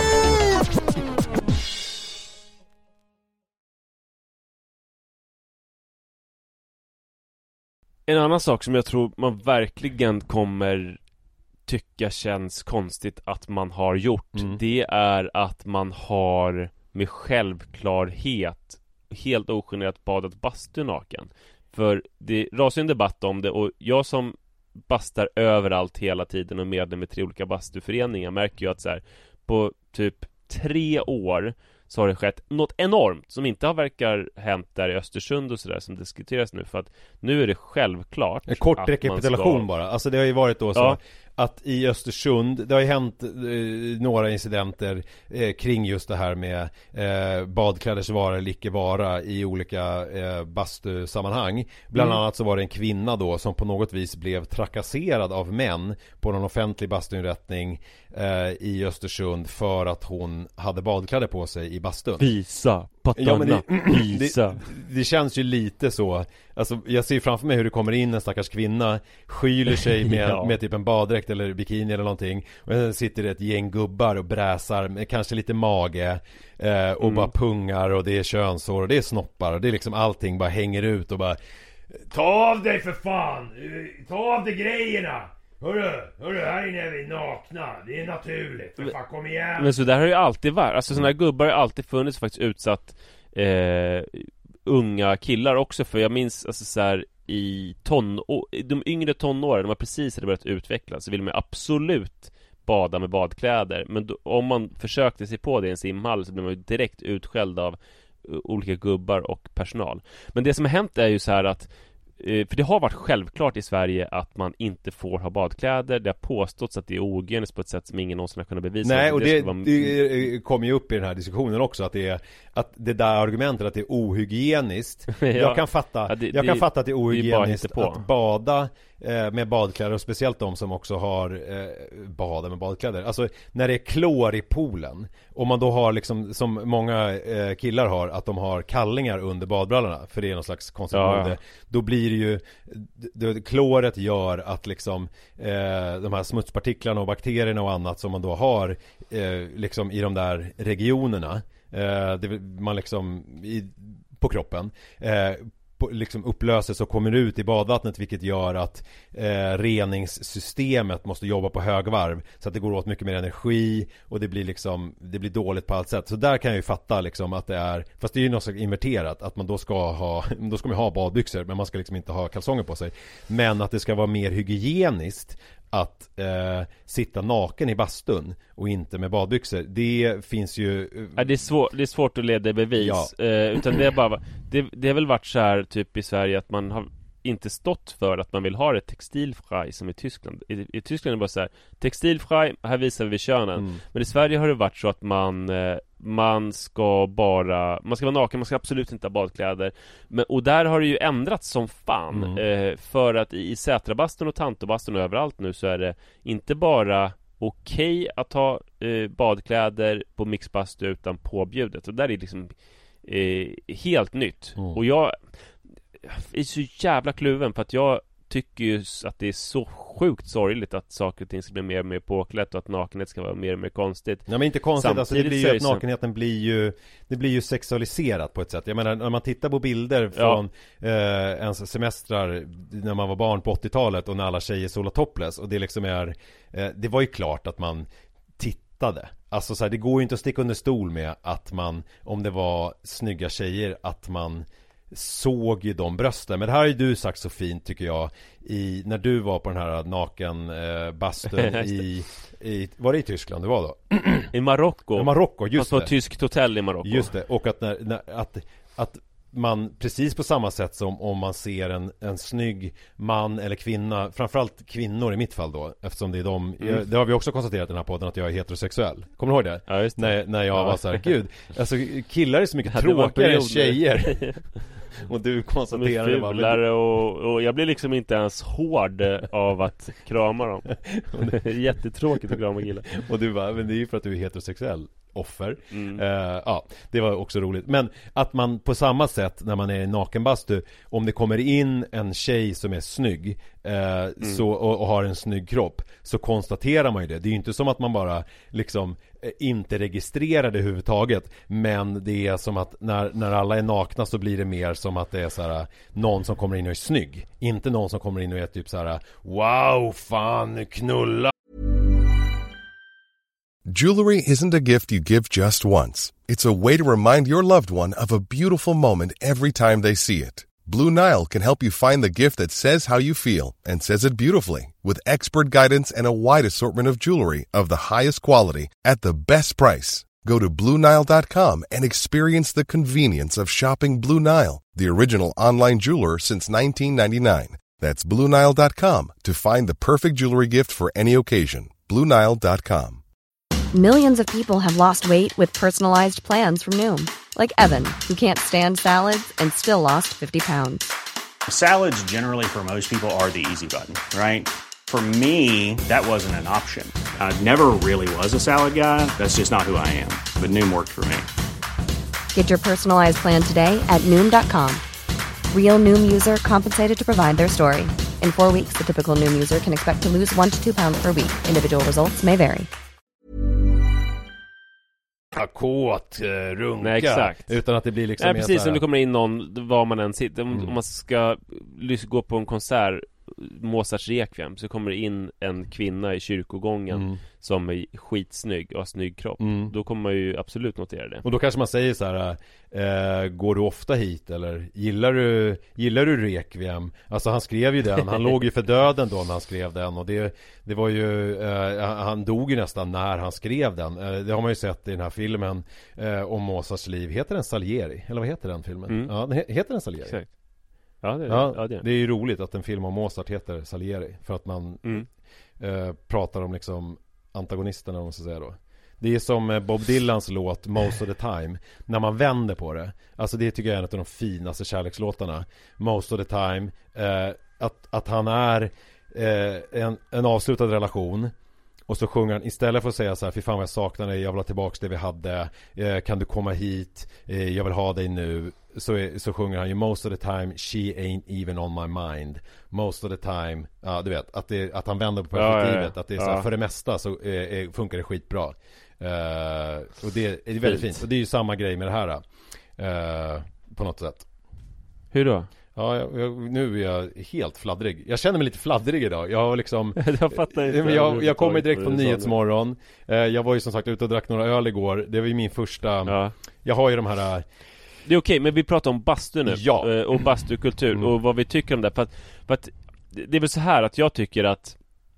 nästan.
En annan sak som jag tror man verkligen kommer tycka känns konstigt att man har gjort,
Mm.
det är att man har med självklarhet helt ogenerat badat bastu naken. För det rasar en debatt om det, och jag som bastar överallt hela tiden och medlem i tre olika bastuföreningar märker ju att så här, på typ tre år så har det skett något enormt som inte har verkar hänt där i Östersund och sådär som diskuteras nu. För att nu är det självklart
En kort
att
rekapitulation
man ska...
bara. Alltså det har ju varit då så
Ja.
att i Östersund, det har ju hänt eh, några incidenter eh, kring just det här med eh, badkläders vara eller icke vara i olika eh, bastusammanhang. Bland
Mm.
annat så var det en kvinna då som på något vis blev trakasserad av män på någon offentlig bastuinrättning eh, i Östersund för att hon hade badkläder på sig i bastun.
Visa pattarna,
Ja, men det,
visa.
det, det känns ju lite så. Alltså jag ser framför mig hur det kommer in en stackars kvinna, skyler sig med,
Ja.
med typ en baddräkt eller bikini eller någonting. Och sen sitter det ett gäng gubbar och bräsar med kanske lite mage eh, och
Mm.
bara pungar och det är könshår och det är snoppar och det är liksom allting bara hänger ut och bara, ta av dig för fan! Ta av dig grejerna! Hörru, hörru, här inne är vi nakna. Det är naturligt. För fan, kom igen.
Men så där har ju alltid varit. Alltså sådana här gubbar har alltid funnits, faktiskt utsatt eh, unga killar också. För jag minns alltså så här, i tonår, de yngre tonåren, de var precis hade börjat utvecklas, så vill man absolut bada med badkläder. Men då, om man försökte sig på det i en simhall så blir man ju direkt utskälld av uh, olika gubbar och personal. Men det som har hänt är ju så här att för det har varit självklart i Sverige att man inte får ha badkläder. Det har påståtts att det är ohygieniskt på ett sätt som ingen någonsin har kunnat bevisa.
Nej, och det, det,
vara...
det kommer ju upp i den här diskussionen också att det är att det där argumentet att det är ohygieniskt. ja. Jag kan fatta ja, det, jag kan det, fatta att det är ohygieniskt det är att bada eh, med badkläder, och speciellt de som också har eh, bada med badkläder. Alltså när det är klor i poolen, och man då har liksom, som många eh, killar har, att de har kallingar under badbrallorna, för det är någon slags konstigt ja. mode. Då blir det ju det, kloret gör att liksom eh, de här smutspartiklarna och bakterierna och annat som man då har eh, liksom i de där regionerna eh, det, man liksom i, på kroppen eh, på, liksom upplöses och kommer ut i badvattnet, vilket gör att eh, reningssystemet måste jobba på högvarv, så att det går åt mycket mer energi och det blir liksom det blir dåligt på allt sätt. Så där kan jag ju fatta liksom att det är, fast det är ju något inverterat, att man då ska ha då ska man ha badbyxor, men man ska liksom inte ha kalsonger på sig, men att det ska vara mer hygieniskt att eh, sitta naken i bastun och inte med badbyxor. Det finns ju
ja, det, är svår, det är svårt att leda bevis ja. eh, utan det är bara det, det har väl varit så här typ i Sverige att man har inte stått för att man vill ha ett textilfrei som i Tyskland. I, i Tyskland är det bara så här, textilfrei, här visar vi könen. Mm. Men i Sverige har det varit så att man eh, man ska bara man ska vara naken, man ska absolut inte ha badkläder. Men, och där har det ju ändrats som fan. Mm. Eh, för att i, i Sätrabastun och Tantobastun och överallt nu så är det inte bara okej okay att ha eh, badkläder på mixbastu, utan påbjudet. Och där är liksom eh, helt nytt. Mm. Och jag är så jävla kluven, för att jag tycker ju att det är så sjukt sorgligt att saker och ting ska bli mer och mer påklätt och att nakenhet ska vara mer och mer konstigt.
Ja, men inte konstigt, alltså det blir ju att nakenheten blir ju det blir ju sexualiserat på ett sätt. Jag menar, när man tittar på bilder från ja. eh, ens semestrar när man var barn på åttiotalet och när alla tjejer sola topless, och det liksom är eh, det var ju klart att man tittade. Alltså så här, det går ju inte att sticka under stol med att man, om det var snygga tjejer, att man såg ju de brösten. Men det här har ju du sagt så fint, tycker jag, i, när du var på den här naken eh, bastun i, i var det i Tyskland det var då?
I Marocko.
I Marocko, just
det. På ett tyskt hotell i Marocko.
Just det, och att, när, när, att, att man, precis på samma sätt som om man ser en, en snygg man eller kvinna, framförallt kvinnor i mitt fall då, eftersom det är de, mm. jag, det har vi också konstaterat i den här podden, att jag är heterosexuell. Kommer du ihåg det?
Ja, just det.
När, när jag ja. var så här, gud, alltså killar är så mycket tråkigare än tjejer. Och du konstaterade
det fulare och, och jag blir liksom inte ens hård av att krama dem. Det är jättetråkigt att krama killar.
Och du bara, men det är ju för att du är heterosexuell offer. Mm. Uh, ja, det var också roligt. Men att man på samma sätt när man är i nakenbastu, om det kommer in en tjej som är snygg uh, mm. så, och, och har en snygg kropp, så konstaterar man ju det. Det är ju inte som att man bara liksom inte registrerar det överhuvudtaget, men det är som att när, när alla är nakna så blir det mer som att det är så här, någon som kommer in och är snygg, inte någon som kommer in och är typ så här, wow, fan, knulla.
Jewelry isn't a gift you give just once. It's a way to remind your loved one of a beautiful moment every time they see it. Blue Nile can help you find the gift that says how you feel and says it beautifully, with expert guidance and a wide assortment of jewelry of the highest quality at the best price. Go to Blue Nile dot com and experience the convenience of shopping Blue Nile, the original online jeweler since nineteen ninety-nine. That's Blue Nile dot com to find the perfect jewelry gift for any occasion. Blue Nile dot com.
Millions of people have lost weight with personalized plans from Noom. Like Evan, who can't stand salads and still lost fifty pounds.
Salads generally for most people are the easy button, right? For me, that wasn't an option. I never really was a salad guy. That's just not who I am. But Noom worked for me.
Get your personalized plan today at Noom dot com. Real Noom user compensated to provide their story. In four weeks, the typical Noom user can expect to lose one to two pounds per week. Individual results may vary.
Kåt, runka.
Nej, exakt.
Utan att det blir liksom...
Nej, precis, som det kommer in någon, var man än sitter. Om, mm. om man ska gå på en konsert Mozarts Requiem så kommer det in en kvinna i kyrkogången mm. som är skitsnygg och har snygg kropp. Mm. Då kommer man ju absolut notera det.
Och då kanske man säger så här: eh, går du ofta hit? Eller gillar du, gillar du Requiem? Alltså han skrev ju den, han låg ju för döden då när han skrev den. Och det, det var ju, eh, han dog ju nästan när han skrev den. eh, Det har man ju sett i den här filmen eh, om Mozarts liv. Heter den Salieri? Eller vad heter den filmen? Mm. Ja, den he- heter den Salieri?
Exakt. Ja, det är,
ja,
ja, det är.
Det är ju roligt att en film om Mozart heter Salieri. För att man mm. eh, pratar om liksom antagonisterna, om man ska säga då. Det är som Bob Dylans låt Most of the Time. När man vänder på det. Alltså det tycker jag är en av de finaste kärlekslåtarna. Most of the Time. eh, att, att han är eh, en, en avslutad relation. Och så sjunger han, istället för att säga så här: fy fan vad jag saknar dig, jag vill ha tillbaka det vi hade, eh, kan du komma hit, eh, jag vill ha dig nu. Så, är, så sjunger han ju most of the time, she ain't even on my mind. Most of the time, ja du vet, att, det, att han vänder på perspektivet. Ja, ja, ja. Att det är så här, ja. För det mesta så eh, funkar det skitbra. eh, Och det, det är väldigt fint. fint. Och det är ju samma grej med det här eh, på något sätt.
Hur då?
Ja, jag, jag, nu är jag helt fladdrig. Jag känner mig lite fladdrig idag. Jag har liksom
jag fattar inte.
Jag, jag kommer direkt från Nyhetsmorgon. Jag var ju som sagt ute och drack några öl igår. Det var ju min första ja. Jag har ju de här.
Det är okej, men vi pratar om bastu nu.
Ja.
Och bastukultur mm. och vad vi tycker om det. För att, för att det är väl så här att jag tycker att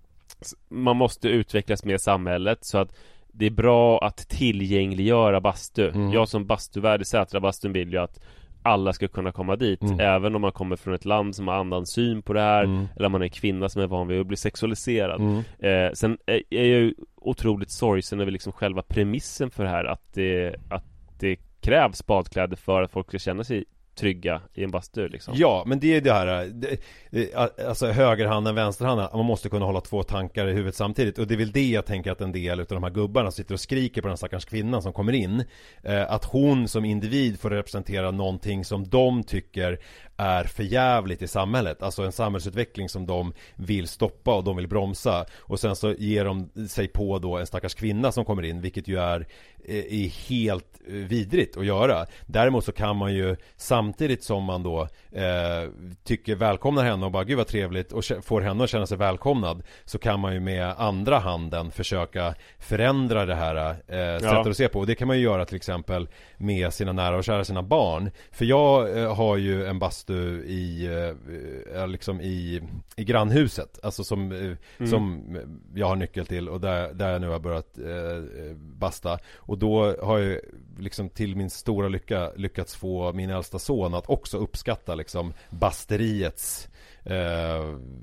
man måste utvecklas med samhället så att det är bra att tillgängliggöra bastu. Mm. Jag som bastuvärd i Sätra bastun vill ju att alla ska kunna komma dit, mm. även om man kommer från ett land som har annan syn på det här, mm. eller om man är en kvinna som är van vid att bli sexualiserad. Mm. Eh, sen är jag ju otroligt sorgsen över liksom själva premissen för det här, att det, att det krävs badkläder för att folk ska känna sig trygga i en bastu liksom.
Ja, men det är det här det, alltså högerhanden, vänsterhanden, man måste kunna hålla två tankar i huvudet samtidigt. Och det är väl det jag tänker att en del av de här gubbarna sitter och skriker på den stackars kvinnan som kommer in, eh, att hon som individ får representera någonting som de tycker är förjävligt i samhället. Alltså en samhällsutveckling som de vill stoppa och de vill bromsa. Och sen så ger de sig på då en stackars kvinna som kommer in, vilket ju är, är helt vidrigt att göra. Däremot så kan man ju samtidigt som man då eh, tycker välkomnar henne och bara gud vad trevligt och får henne att känna sig välkomnad, så kan man ju med andra handen försöka förändra det här eh, sättet ja. att se på. Och det kan man ju göra till exempel med sina nära och kära, sina barn. För jag eh, har ju en bastu i eh, liksom i, i grannhuset, alltså som, eh, mm. som jag har nyckel till och där, där jag nu har börjat eh, basta. Och då har jag liksom till min stora lycka lyckats få min äldsta son att också uppskatta liksom basteriets eh,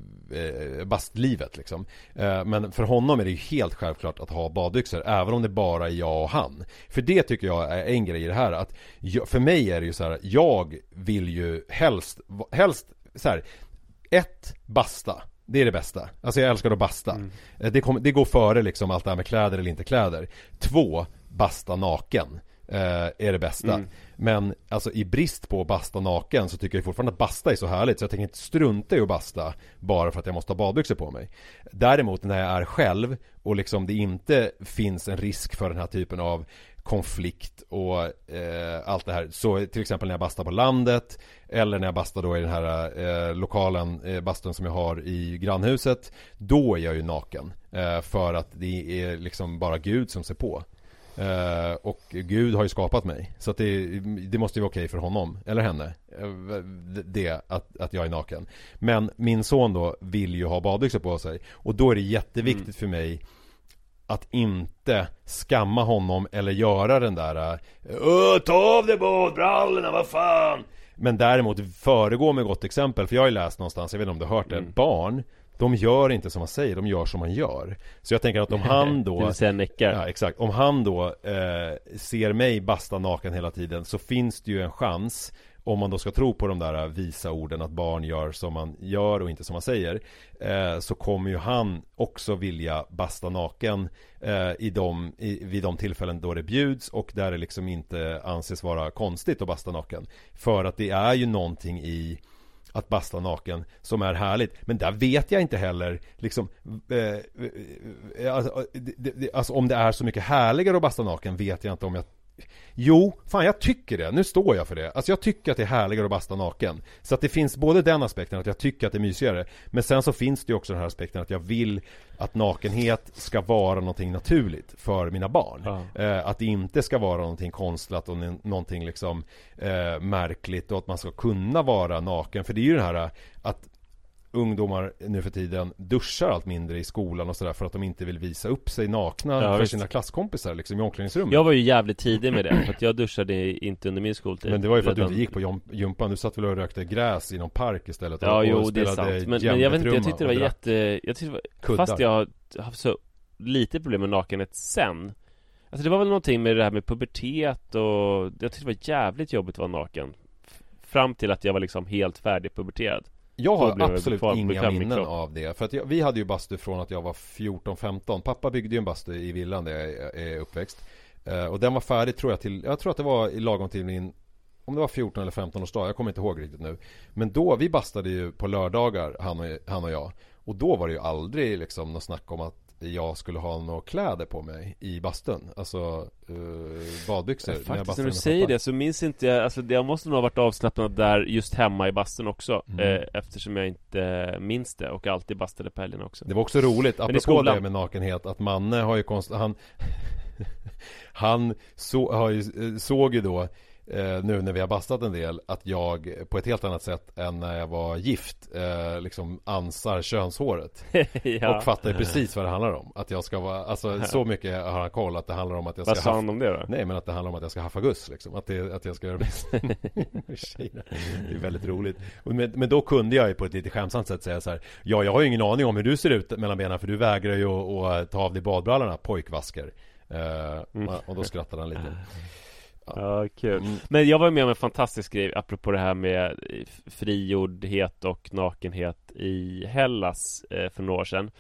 eh, bastlivet liksom. Eh, men för honom är det ju helt självklart att ha badbyxor, även om det bara är jag och han. För det tycker jag är en grej i det här, att jag, för mig är det ju så här, jag vill ju helst helst så här, ett basta. Det är det bästa. Alltså jag älskar att basta. Mm. Det, kom, det går före liksom allt det här med kläder eller inte kläder. Två, basta naken eh, är det bästa. Mm. Men alltså i brist på basta naken så tycker jag fortfarande att basta är så härligt, så jag tänker inte strunta i att basta bara för att jag måste ha badbyxor på mig. Däremot när jag är själv och liksom det inte finns en risk för den här typen av konflikt och eh, allt det här, så till exempel när jag bastar på landet eller när jag bastar då i den här eh, lokalen eh, bastun som jag har i grannhuset, då är jag ju naken eh, för att det är liksom bara Gud som ser på. Uh, och Gud har ju skapat mig, så att det, det måste ju vara okej för honom eller henne uh, det att, att jag är naken. Men min son då vill ju ha badbyxor på sig, och då är det jätteviktigt mm. för mig att inte skamma honom eller göra den där uh, ta av dig badbrallorna, vad fan. Men däremot föregå med gott exempel, för jag har ju läst någonstans, jag vet inte om du har hört det, mm. barn, de gör inte som man säger, de gör som man gör. Så jag tänker att om han då ja, exakt, om han då eh, ser mig basta naken hela tiden, så finns det ju en chans, om man då ska tro på de där visa orden att barn gör som man gör och inte som man säger, eh, så kommer ju han också vilja basta naken eh, i de, i, vid de tillfällen då det bjuds och där det liksom inte anses vara konstigt att basta naken. För att det är ju någonting i att basta naken som är härligt. Men där vet jag inte heller liksom, eh, alltså, det, det, alltså om det är så mycket härligare att basta naken vet jag inte om jag Jo, fan jag tycker det. Nu står jag för det. Alltså jag tycker att det är härligare att basta naken. Så att det finns både den aspekten att jag tycker att det är mysigare. Men sen så finns det ju också den här aspekten att jag vill att nakenhet ska vara någonting naturligt för mina barn. Ja. Eh, att det inte ska vara någonting konstlat och n- någonting liksom eh, märkligt och att man ska kunna vara naken. För det är ju det här att ungdomar nu för tiden duschar allt mindre i skolan och sådär för att de inte vill visa upp sig nakna ja, för visst. Sina klasskompisar liksom i omklädningsrummet.
Jag var ju jävligt tidig med det för att jag duschade inte under min skoltid.
Men det var ju för att du inte gick på jumpan. Du satt väl och rökte gräs i någon park istället.
Ja,
och,
jo,
och
det är sant. Men, men jag vet inte, jag tyckte det var jätte jag tyckte det var, fast jag har haft så lite problem med nakenhet sen. Alltså det var väl någonting med det här med pubertet och jag tyckte det var jävligt jobbigt att vara naken. Fram till att jag var liksom helt färdig puberterad.
Jag har absolut inga minnen av det. För att jag, vi hade ju bastu från att jag var fjorton femton. Pappa byggde ju en bastu i villan där jag är uppväxt. Uh, och den var färdig tror jag till, jag tror att det var i lagom till min, om det var fjorton eller femton års dag, jag kommer inte ihåg riktigt nu. Men då, vi bastade ju på lördagar, han och, han och jag. Och då var det ju aldrig liksom något snack om att jag skulle ha några kläder på mig i bastun. Alltså uh, badbyxor.
Ja, faktiskt när, när du säger det så minns inte jag, alltså jag måste nog ha varit avslappnad där just hemma i bastun också. Mm. eh, Eftersom jag inte minns det och alltid bastade på helgen också.
Det var också roligt, apropå det med nakenhet, att Manne har ju konst... Han, han så, har ju, såg ju då Eh, nu när vi har bastat en del att jag på ett helt annat sätt än när jag var gift eh, liksom ansar könshåret. Ja. Och fattar precis vad det handlar om. Att jag ska vara, alltså ja. Så mycket har han koll att det handlar om att jag ska...
Vad sa han om det då?
Nej, men att det handlar om att jag ska haffa guss liksom. Att, det, att jag ska göra det. Det är väldigt roligt. Men, men då kunde jag ju på ett lite skämsamt sätt säga så här: ja, jag har ju ingen aning om hur du ser ut mellan benen, för du vägrar ju att, att ta av dig badbrallorna, pojkvasker. eh, mm. Och då skrattade han lite.
Ja, kul. Mm. Men jag var med om en fantastisk grej apropå det här med frigjordhet och nakenhet i Hellas eh, för några år sedan.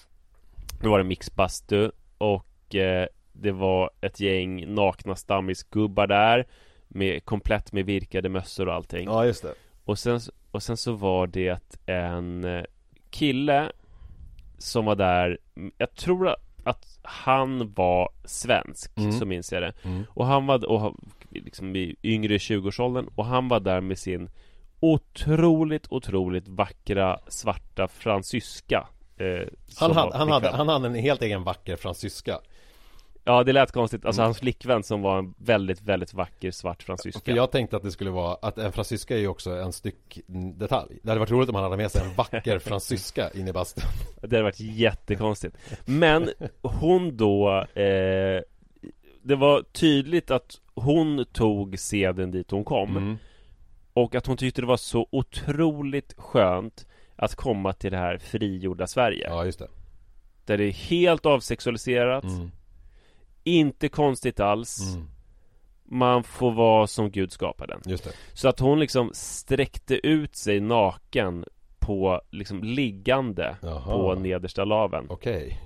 Då var det mixbastu och eh, det var ett gäng nakna stammisgubbar där med komplett med virkade mössor och allting.
Ja, just det.
Och sen, och sen så var det en kille som var där, jag tror att att han var svensk, mm. så minns jag det. Mm. Och han var och, liksom i yngre tjugoårsåldern, och han var där med sin otroligt, otroligt vackra svarta fransyska. Eh,
han, hade, han, hade, han hade en helt egen vacker fransyska.
Ja, det lät konstigt. Alltså mm. hans flickvän som var en väldigt, väldigt vacker svart fransyska.
För jag tänkte att det skulle vara att en fransyska är ju också en styck detalj. Det hade varit roligt om han hade med sig en vacker fransyska in i bastun.
Det hade varit jättekonstigt. Men hon då eh, det var tydligt att hon tog seden dit hon kom. Mm. Och att hon tyckte det var så otroligt skönt att komma till det här frigjorda Sverige.
Ja, just det.
Där det är helt avsexualiserat. Mm. Inte konstigt alls. Mm. Man får vara som Gud skapade.
Just det.
Så att hon liksom sträckte ut sig naken på liksom liggande. Jaha. På nedersta laven.
Okej.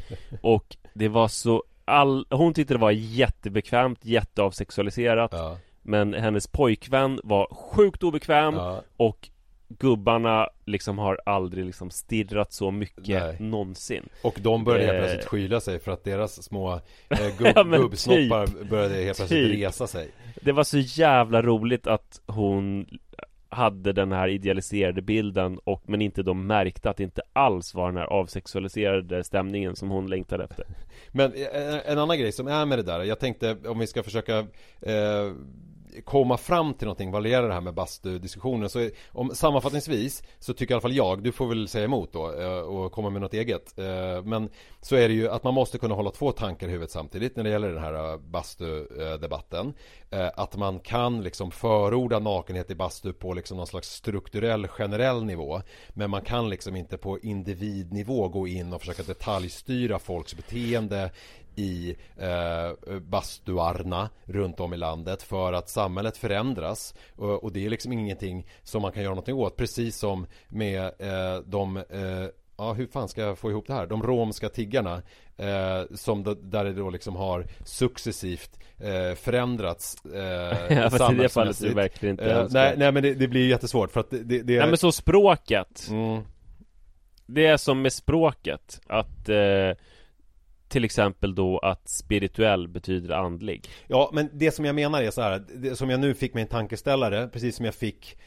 Och det var så all... hon tyckte det var jättebekvämt, jätteavsexualiserat. Ja. Men hennes pojkvän var sjukt obekväm. Ja. Och gubbarna liksom har aldrig liksom stirrat så mycket. Nej. Någonsin.
Och de började helt plötsligt skyla sig för att deras små eh, gubb, ja, gubbsnoppar typ, började helt plötsligt typ. resa sig.
Det var så jävla roligt att hon hade den här idealiserade bilden och, men inte de märkte att det inte alls var den här avsexualiserade stämningen som hon längtade efter.
Men en, en annan grej som är med det där, jag tänkte om vi ska försöka eh, komma fram till någonting vad det gäller det här med bastudiskussionen, så om, sammanfattningsvis så tycker i alla fall jag, du får väl säga emot då och komma med något eget, men så är det ju att man måste kunna hålla två tankar i huvudet samtidigt när det gäller den här bastudebatten, att man kan liksom förorda nakenhet i bastu på liksom någon slags strukturell generell nivå, men man kan liksom inte på individnivå gå in och försöka detaljstyra folks beteende i eh, bastuarna runt om i landet, för att samhället förändras och, och det är liksom ingenting som man kan göra någonting åt, precis som med eh, de eh, ja, hur fan ska jag få ihop det här? De romska tiggarna eh, som då, där det då liksom har successivt eh, förändrats eh,
ja, fast i det fallet är det verkligen inte
eh, nej, nej, men det, det blir jättesvårt för att det, det, det är...
Nej, men så språket
mm.
det är som med språket att eh, till exempel då att spirituell betyder andlig.
Ja, men det som jag menar är så här, det som jag nu fick med en tankeställare, precis som jag fick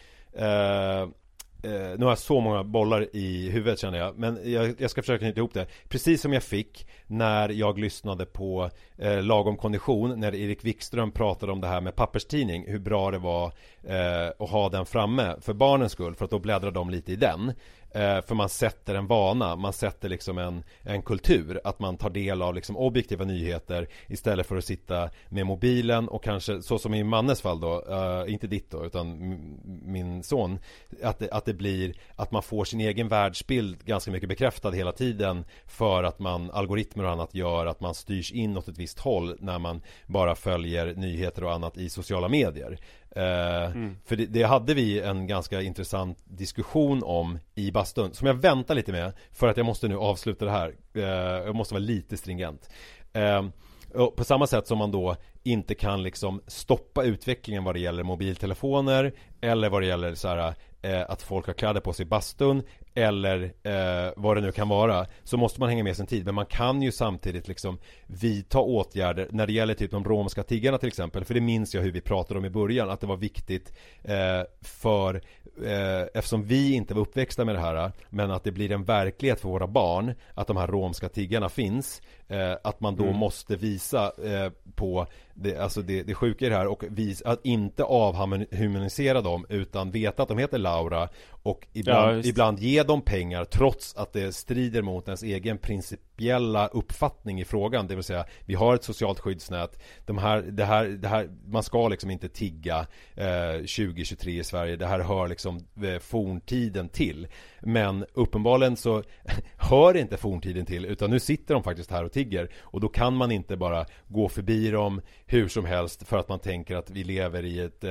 eh, Eh, nu har jag så många bollar i huvudet känner jag. Men jag, jag ska försöka knyta ihop det. Precis som jag fick när jag lyssnade på eh, Lagom kondition, när Erik Wikström pratade om det här med papperstidning, hur bra det var eh, att ha den framme för barnens skull, för att då bläddrar de lite i den. Eh, för man sätter en vana, man sätter liksom en, en kultur, att man tar del av liksom objektiva nyheter istället för att sitta med mobilen och kanske, så som i Mannes fall då, eh, inte ditt då, utan m- min son, att det, att det blir att man får sin egen världsbild ganska mycket bekräftad hela tiden, för att man, algoritmer och annat gör att man styrs in åt ett visst håll när man bara följer nyheter och annat i sociala medier. Uh, mm. För det, det hade vi en ganska intressant diskussion om i bastun, som jag väntar lite med, för att jag måste nu avsluta det här. uh, Jag måste vara lite stringent. uh, och på samma sätt som man då inte kan liksom stoppa utvecklingen vad det gäller mobiltelefoner, eller vad det gäller så här, uh, att folk har kläder på sig i bastun, eller eh, vad det nu kan vara, så måste man hänga med sin tid. Men man kan ju samtidigt liksom vidta åtgärder när det gäller typ de romska tiggarna till exempel. För det minns jag hur vi pratade om i början, att det var viktigt eh, för eh, eftersom vi inte var uppväxta med det här, men att det blir en verklighet för våra barn att de här romska tiggarna finns, eh, att man då mm. måste visa eh, på det, alltså det, det sjuka i det här, och visa, att inte avhumanisera dem, utan veta att de heter Laura, och ibland, ja, ibland ge dem pengar trots att det strider mot ens egen principiella uppfattning i frågan. Det vill säga, vi har ett socialt skyddsnät, de här, det här, det här, man ska liksom inte tigga eh, tjugo tjugotre i Sverige. Det här hör liksom eh, forntiden till. Men uppenbarligen så hör inte forntiden till, utan nu sitter de faktiskt här och tigger, och då kan man inte bara gå förbi dem hur som helst för att man tänker att vi lever i ett,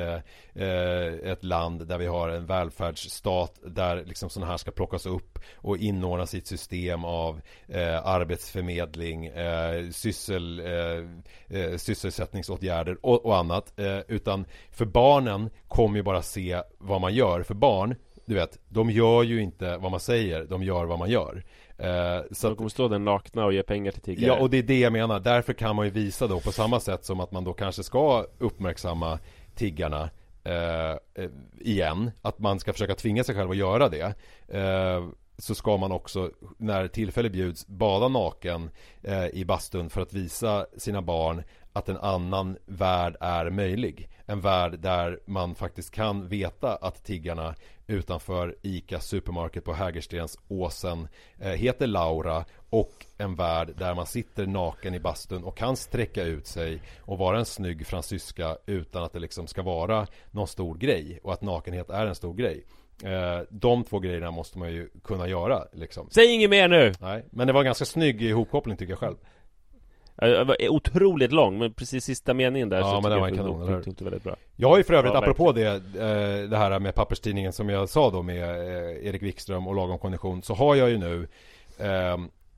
eh, ett land där vi har en välfärdsstat där liksom sådana här ska plockas upp och inordna sitt system av eh, arbetsförmedling, eh, syssel, eh, sysselsättningsåtgärder och, och annat, eh, utan för barnen kommer ju bara se vad man gör. För barn, du vet, de gör ju inte vad man säger, de gör vad man gör. Eh, så
de kommer stå där nakna och ge pengar till tiggare.
Ja, och det är det jag menar. Därför kan man ju visa då, på samma sätt som att man då kanske ska uppmärksamma tiggarna eh, igen, att man ska försöka tvinga sig själv att göra det. Eh, så ska man också, när tillfälle bjuds, bada naken eh, i bastun för att visa sina barn att en annan värld är möjlig. En värld där man faktiskt kan veta att tiggarna utanför ICA Supermarket på Hägerstens Åsen eh, heter Laura, och en värld där man sitter naken i bastun och kan sträcka ut sig och vara en snygg fransyska utan att det liksom ska vara någon stor grej, och att nakenhet är en stor grej. Eh, de två grejerna måste man ju kunna göra liksom.
Säg inget mer nu!
Nej, men det var en ganska snygg ihopkoppling tycker jag själv.
Det var otroligt lång, men precis sista meningen där,
ja,
så
men det var en
jag
kanon,
det, det väldigt bra.
Jag har ju för övrigt,
ja,
apropå det, det här med papperstidningen som jag sa då med Erik Wikström och Lagom kondition, så har jag ju nu eh,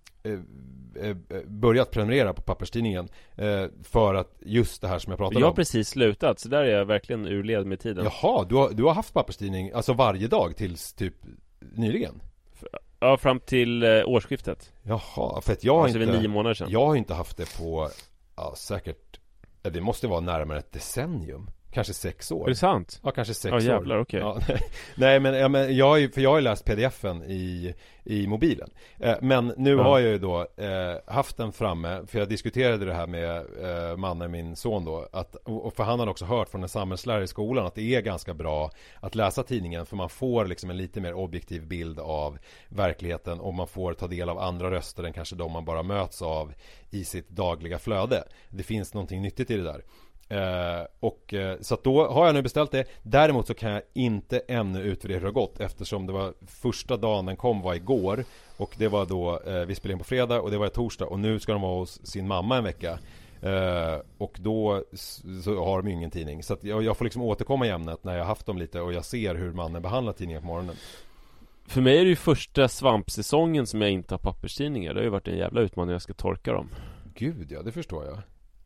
eh, börjat prenumerera på papperstidningen eh, för att just det här som jag pratade om.
Jag har precis slutat, så där är jag verkligen ur led med tiden.
Jaha, du har, du har haft papperstidning alltså varje dag tills typ nyligen?
Ja, fram till eh, årsskiftet.
Jaha, för att jag har
alltså
inte
nio månader sedan.
Jag har inte haft det på ja, säkert, ja, det måste vara närmare ett decennium. Kanske sex år.
Är det sant?
Ja, kanske sex
ja,
år.
Jävlar, okay.
Ja, nej, men, ja, men jag har ju, för jag har ju läst pdf-en i, i mobilen. Eh, men nu ja. har jag ju då eh, haft den framme, för jag diskuterade det här med eh, mannen, min son då, att, och för han har också hört från en samhällslärare i skolan att det är ganska bra att läsa tidningen, för man får liksom en lite mer objektiv bild av verkligheten, och man får ta del av andra röster än kanske de man bara möts av i sitt dagliga flöde. Det finns någonting nyttigt i det där. Uh, och uh, så att då har jag nu beställt det. Däremot så kan jag inte ännu utvärdera hur det har gått, eftersom det var första dagen den kom var igår, och det var då uh, vi spelade in på fredag och det var torsdag, och nu ska de vara hos sin mamma en vecka. Uh, och då så har de ju ingen tidning, så att jag, jag får liksom återkomma i ämnet när jag haft dem lite och jag ser hur mannen behandlar tidningen på morgonen.
För mig är det ju första svampsäsongen som jag inte har papperstidningar. Det har ju varit en jävla utmaning, jag ska torka dem.
Gud ja, det förstår jag.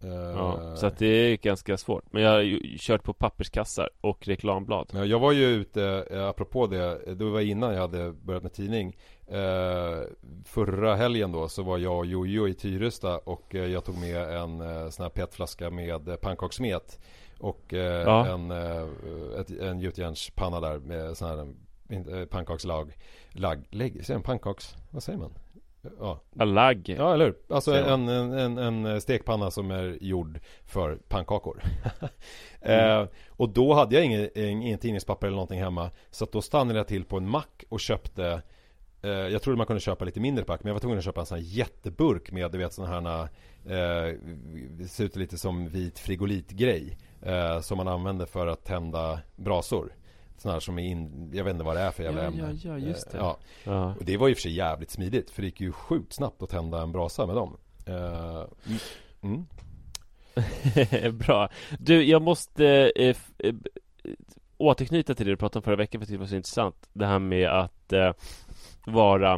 Ja, så att det är ganska svårt. Men jag har ju kört på papperskassar och reklamblad.
Ja, jag var ju ute, apropå det, det var innan jag hade börjat med tidning. eh, Förra helgen då så var jag och Jojo i Tyresta. Och eh, jag tog med en eh, sån här petflaska med pannkakssmet. Och eh,
ja.
en, eh, ett, en gjutjärnspanna där med sån här eh, pannkakslag lag, lägg, säger en pannkaks, vad säger man? Ja.
Allag.
Ja, eller hur? Alltså en, en, en, en stekpanna som är gjord för pannkakor. mm. eh, Och då hade jag ingen, ingen tidningspapper eller någonting hemma. Så att då stannade jag till på en mack och köpte eh, jag trodde man kunde köpa lite mindre pack, men jag var tvungen att köpa en sån här jätteburk med, du vet, sån här eh, det ser ut lite som vit frigolitgrej eh, som man använder för att tända brasor. Sån här som är in, jag vet inte vad det är för jävla
ja,
ämne.
Ja, ja, just det.
Ja.
Ja.
Och det var ju för sig jävligt smidigt, för det gick ju sjukt snabbt att tända en brasa med dem. Uh, mm.
Bra. Du, jag måste eh, eh, återknyta till det du pratade om förra veckan, för det var så intressant. Det här med att eh, vara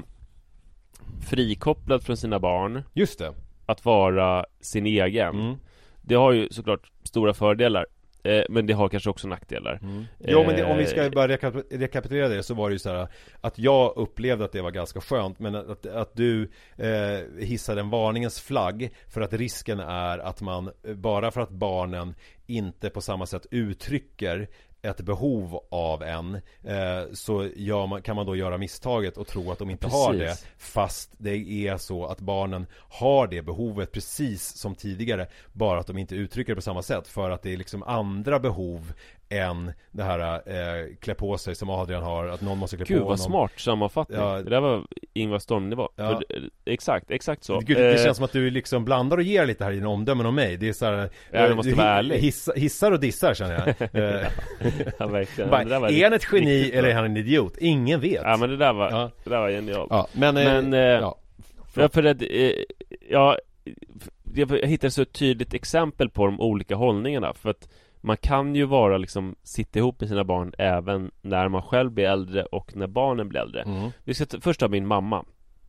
frikopplad från sina barn.
Just det.
Att vara sin egen. Mm. Det har ju såklart stora fördelar. Men det har kanske också nackdelar.
Mm. Jo, men det, om vi ska bara rekap- rekapitulera det, så var det ju så här att jag upplevde att det var ganska skönt, men att, att du eh, hissade en varningens flagg för att risken är att man, bara för att barnen inte på samma sätt uttrycker ett behov av en, eh, så gör man, kan man då göra misstaget och tro att de inte precis. har det, fast det är så att barnen har det behovet precis som tidigare, bara att de inte uttrycker det på samma sätt, för att det är liksom andra behov än det här eh, klä på sig som Adrian har, att någon måste klä
Gud,
på
vad
någon.
smart sammanfattning. Ja. Det där var Ingvar Storm-nivå.
Ja.
För, exakt, exakt så.
Gud, det känns som att du liksom blandar och ger lite här i dina omdömen om mig. Det är så här,
ja, du måste vara ärlig.
Hissa, hissar och dissar, känner jag.
Ja, verkligen.
Bara, är han ett geni eller är han en idiot? Ingen vet.
Ja, men det där var,
ja.
det där var genialt.
Ja, men,
men
eh,
ja. För, för att, eh, ja, jag hittade så ett tydligt exempel på de olika hållningarna. För att man kan ju vara liksom, sitta ihop med sina barn även när man själv blir äldre och när barnen blir äldre. Mm. Vi ska t- först ta min mamma.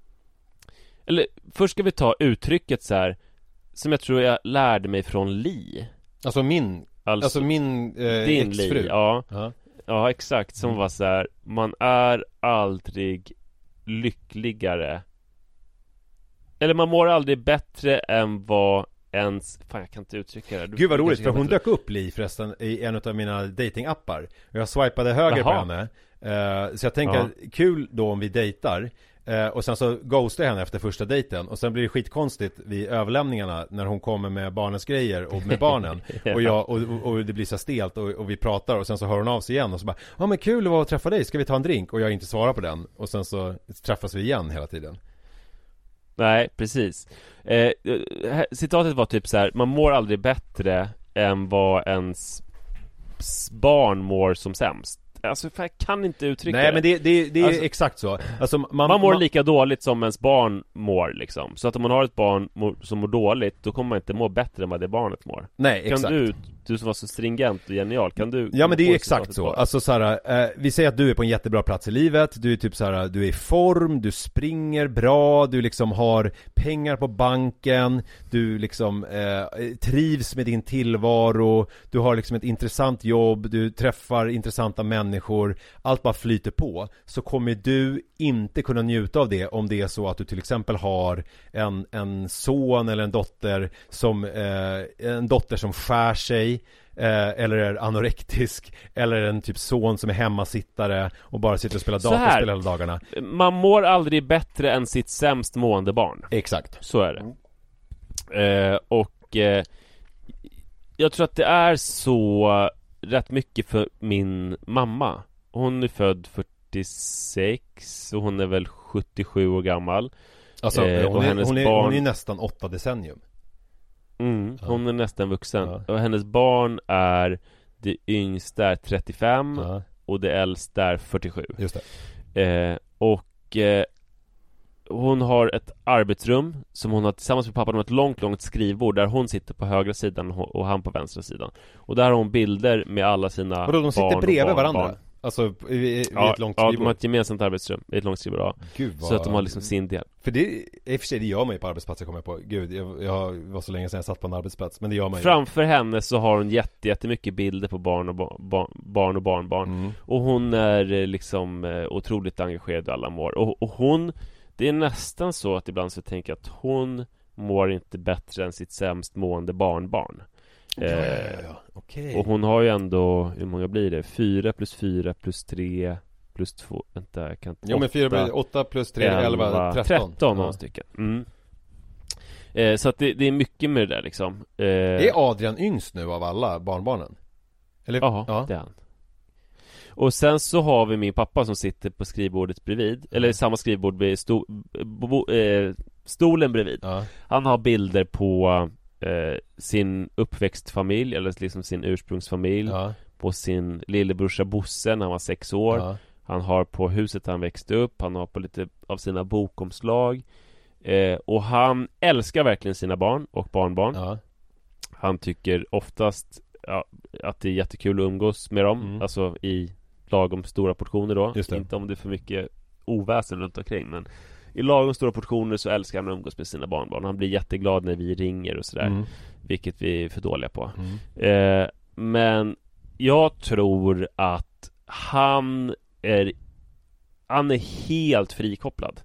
Eller först ska vi ta uttrycket så här, som jag tror jag lärde mig från Li.
Alltså min Alltså, alltså min eh,
din
exfru.
Li, ja. Uh-huh. Ja, exakt. Som mm. var så här, man är aldrig lyckligare. Eller man mår aldrig bättre än vad ens... Fan, jag kan inte uttrycka det. Du,
Gud vad roligt, för hon dök upp Li förresten i en av mina datingappar. Jag swipade höger Jaha. på henne. Uh, så jag tänker, ja. kul då om vi dejtar. Uh, och sen så ghostar jag henne efter första dejten. Och sen blir det skitkonstigt vid överlämningarna när hon kommer med barnens grejer och med barnen. ja. och, jag, och, och, och det blir så stelt och, och vi pratar och sen så hör hon av sig igen och så bara, ja men kul det var att träffa dig, ska vi ta en drink? Och jag inte svarar på den. Och sen så träffas vi igen hela tiden.
Nej, precis. Eh, citatet var typ så här: man mår aldrig bättre än vad ens barn mår som sämst. Alltså, för jag kan inte uttrycka
Nej,
det.
men det, det, det är
alltså,
exakt så. Alltså, man,
man mår
man...
lika dåligt som ens barn mår liksom. Så att om man har ett barn som mår dåligt, då kommer man inte må bättre än vad det barnet mår.
Nej,
kan
exakt.
du, du som var så stringent och genial, kan du...
Ja, men det är exakt så. Alltså så här, eh, vi säger att du är på en jättebra plats i livet. Du är typ så här, du är i form, du springer bra, du liksom har pengar på banken, du liksom eh, trivs med din tillvaro, du har liksom ett intressant jobb, du träffar intressanta människor, allt bara flyter på. Så kommer du inte kunna njuta av det om det är så att du till exempel har en, en son eller en dotter som eh, en dotter som skär sig, Eh, eller är anorektisk, eller en typ son som är hemmasittare och bara sitter och spelar datorspel hela dagarna.
Man mår aldrig bättre än sitt sämst mående barn.
Exakt.
Så är det. Eh, och eh, jag tror att det är så rätt mycket för min mamma. Hon är född fyrtiosex och hon är väl sjuttiosju år gammal.
Alltså,
eh,
hon,
och
är,
hennes
hon, är,
barn...
hon är nästan åtta decennium.
Mm, hon
ja.
är nästan vuxen.
Ja.
Och hennes barn är, det yngsta är trettiofem
ja.
och det äldsta är fyrtiosju.
Just det.
Eh, och eh, hon har ett arbetsrum som hon har tillsammans med pappa. De har ett långt, långt skrivbord där hon sitter på högra sidan och han på vänstra sidan. Och där har hon bilder med alla sina barn.
Och då de sitter
och
bredvid
barn,
varandra?
Barn.
Alltså i, i
ja,
ett långt
ja,
skrivbord?
de har ett gemensamt arbetsrum i ett långt skrivbord, ja.
Gud, vad...
Så att de har liksom sin del.
För det, i och för sig, det gör man ju på arbetsplatser, kommer jag på. Gud, jag, jag var så länge sedan jag satt på en arbetsplats, men det gör man ju.
Framför henne så har hon jätte, jättemycket bilder på barn och, bar, barn och barnbarn.
Mm.
Och hon är liksom otroligt engagerad i alla mår. Och, och hon, det är nästan så att ibland så tänker jag att hon mår inte bättre än sitt sämst mående barnbarn.
Ja, ja, ja, ja. Okay.
Och hon har ju ändå, hur många blir det? Fyra plus fyra plus tre plus två, vänta, jag kan inte.
Jo, men fyra blir åtta plus tre, elva, tretton.
tretton ja. stycken. Mm. Eh, så att det, det är mycket med det där liksom. Eh,
är Adrian yngst nu av alla barnbarnen? Eller?
Aha, ja, det är han. Och sen så har vi min pappa som sitter på skrivbordet bredvid, eller samma skrivbord vid sto, bo, eh, stolen bredvid.
Ja.
Han har bilder på eh, sin uppväxtfamilj, eller liksom sin ursprungsfamilj,
ja.
på sin lillebrorsa Bosse när han var sex år.
Ja.
Han har på huset han växte upp, han har på lite av sina bokomslag. Eh, och han älskar verkligen sina barn och barnbarn.
Ja.
Han tycker oftast ja, att det är jättekul att umgås med dem,
mm.
alltså i lagom stora portioner då.
Just det.
Inte om det är för mycket oväsen runt omkring, men i lagom stora portioner så älskar han att umgås med sina barnbarn. Han blir jätteglad när vi ringer och sådär,
mm.
vilket vi är för dåliga på.
Mm.
Eh, men jag tror att han är han är helt frikopplad.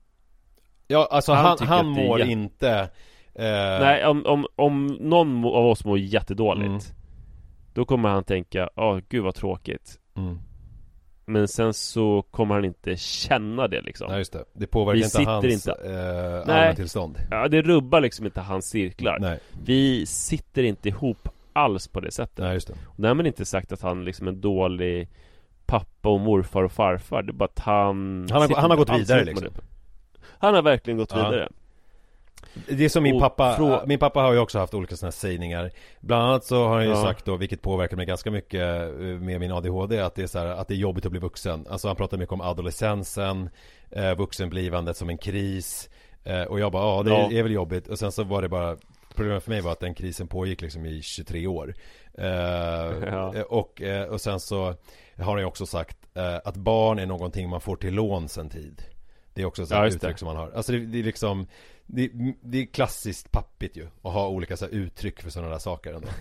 Ja, alltså han,
han,
han mår
jät...
inte eh...
Nej, om, om, om någon av oss mår jättedåligt, mm. då kommer han tänka, ja, oh, gud vad tråkigt.
Mm.
Men sen så kommer han inte känna det liksom.
Nej, just det. Det påverkar
vi
inte hans
inte...
eh, allmäntillstånd.
Ja, det rubbar liksom inte hans cirklar.
Nej.
Vi sitter inte ihop alls på det sättet.
Nej, just det.
Och därmed inte sagt att han liksom är en dålig pappa och morfar och farfar. Det är bara att han
Han har, han har gått vidare liksom.
Han har verkligen gått
ja.
vidare.
Det är som min
och
pappa
frå...
Min pappa har ju också haft olika sådana här sägningar. Bland annat så har han ju
ja.
sagt då, vilket påverkar mig ganska mycket med min A D H D, att det är så här, att det är jobbigt att bli vuxen. Alltså han pratar mycket om adolescensen, eh, vuxenblivandet som en kris. eh, Och jag bara, ja det ja. är väl jobbigt. Och sen så var det bara, problemet för mig var att den krisen pågick liksom i tjugotre år. eh, ja. och, eh, och sen så har han ju också sagt eh, att barn är någonting man får till låns en tid. Det är också så här ja, uttryck som man har. Alltså det, det är liksom det, det är klassiskt pappigt ju att ha olika så här uttryck för sådana där saker ändå.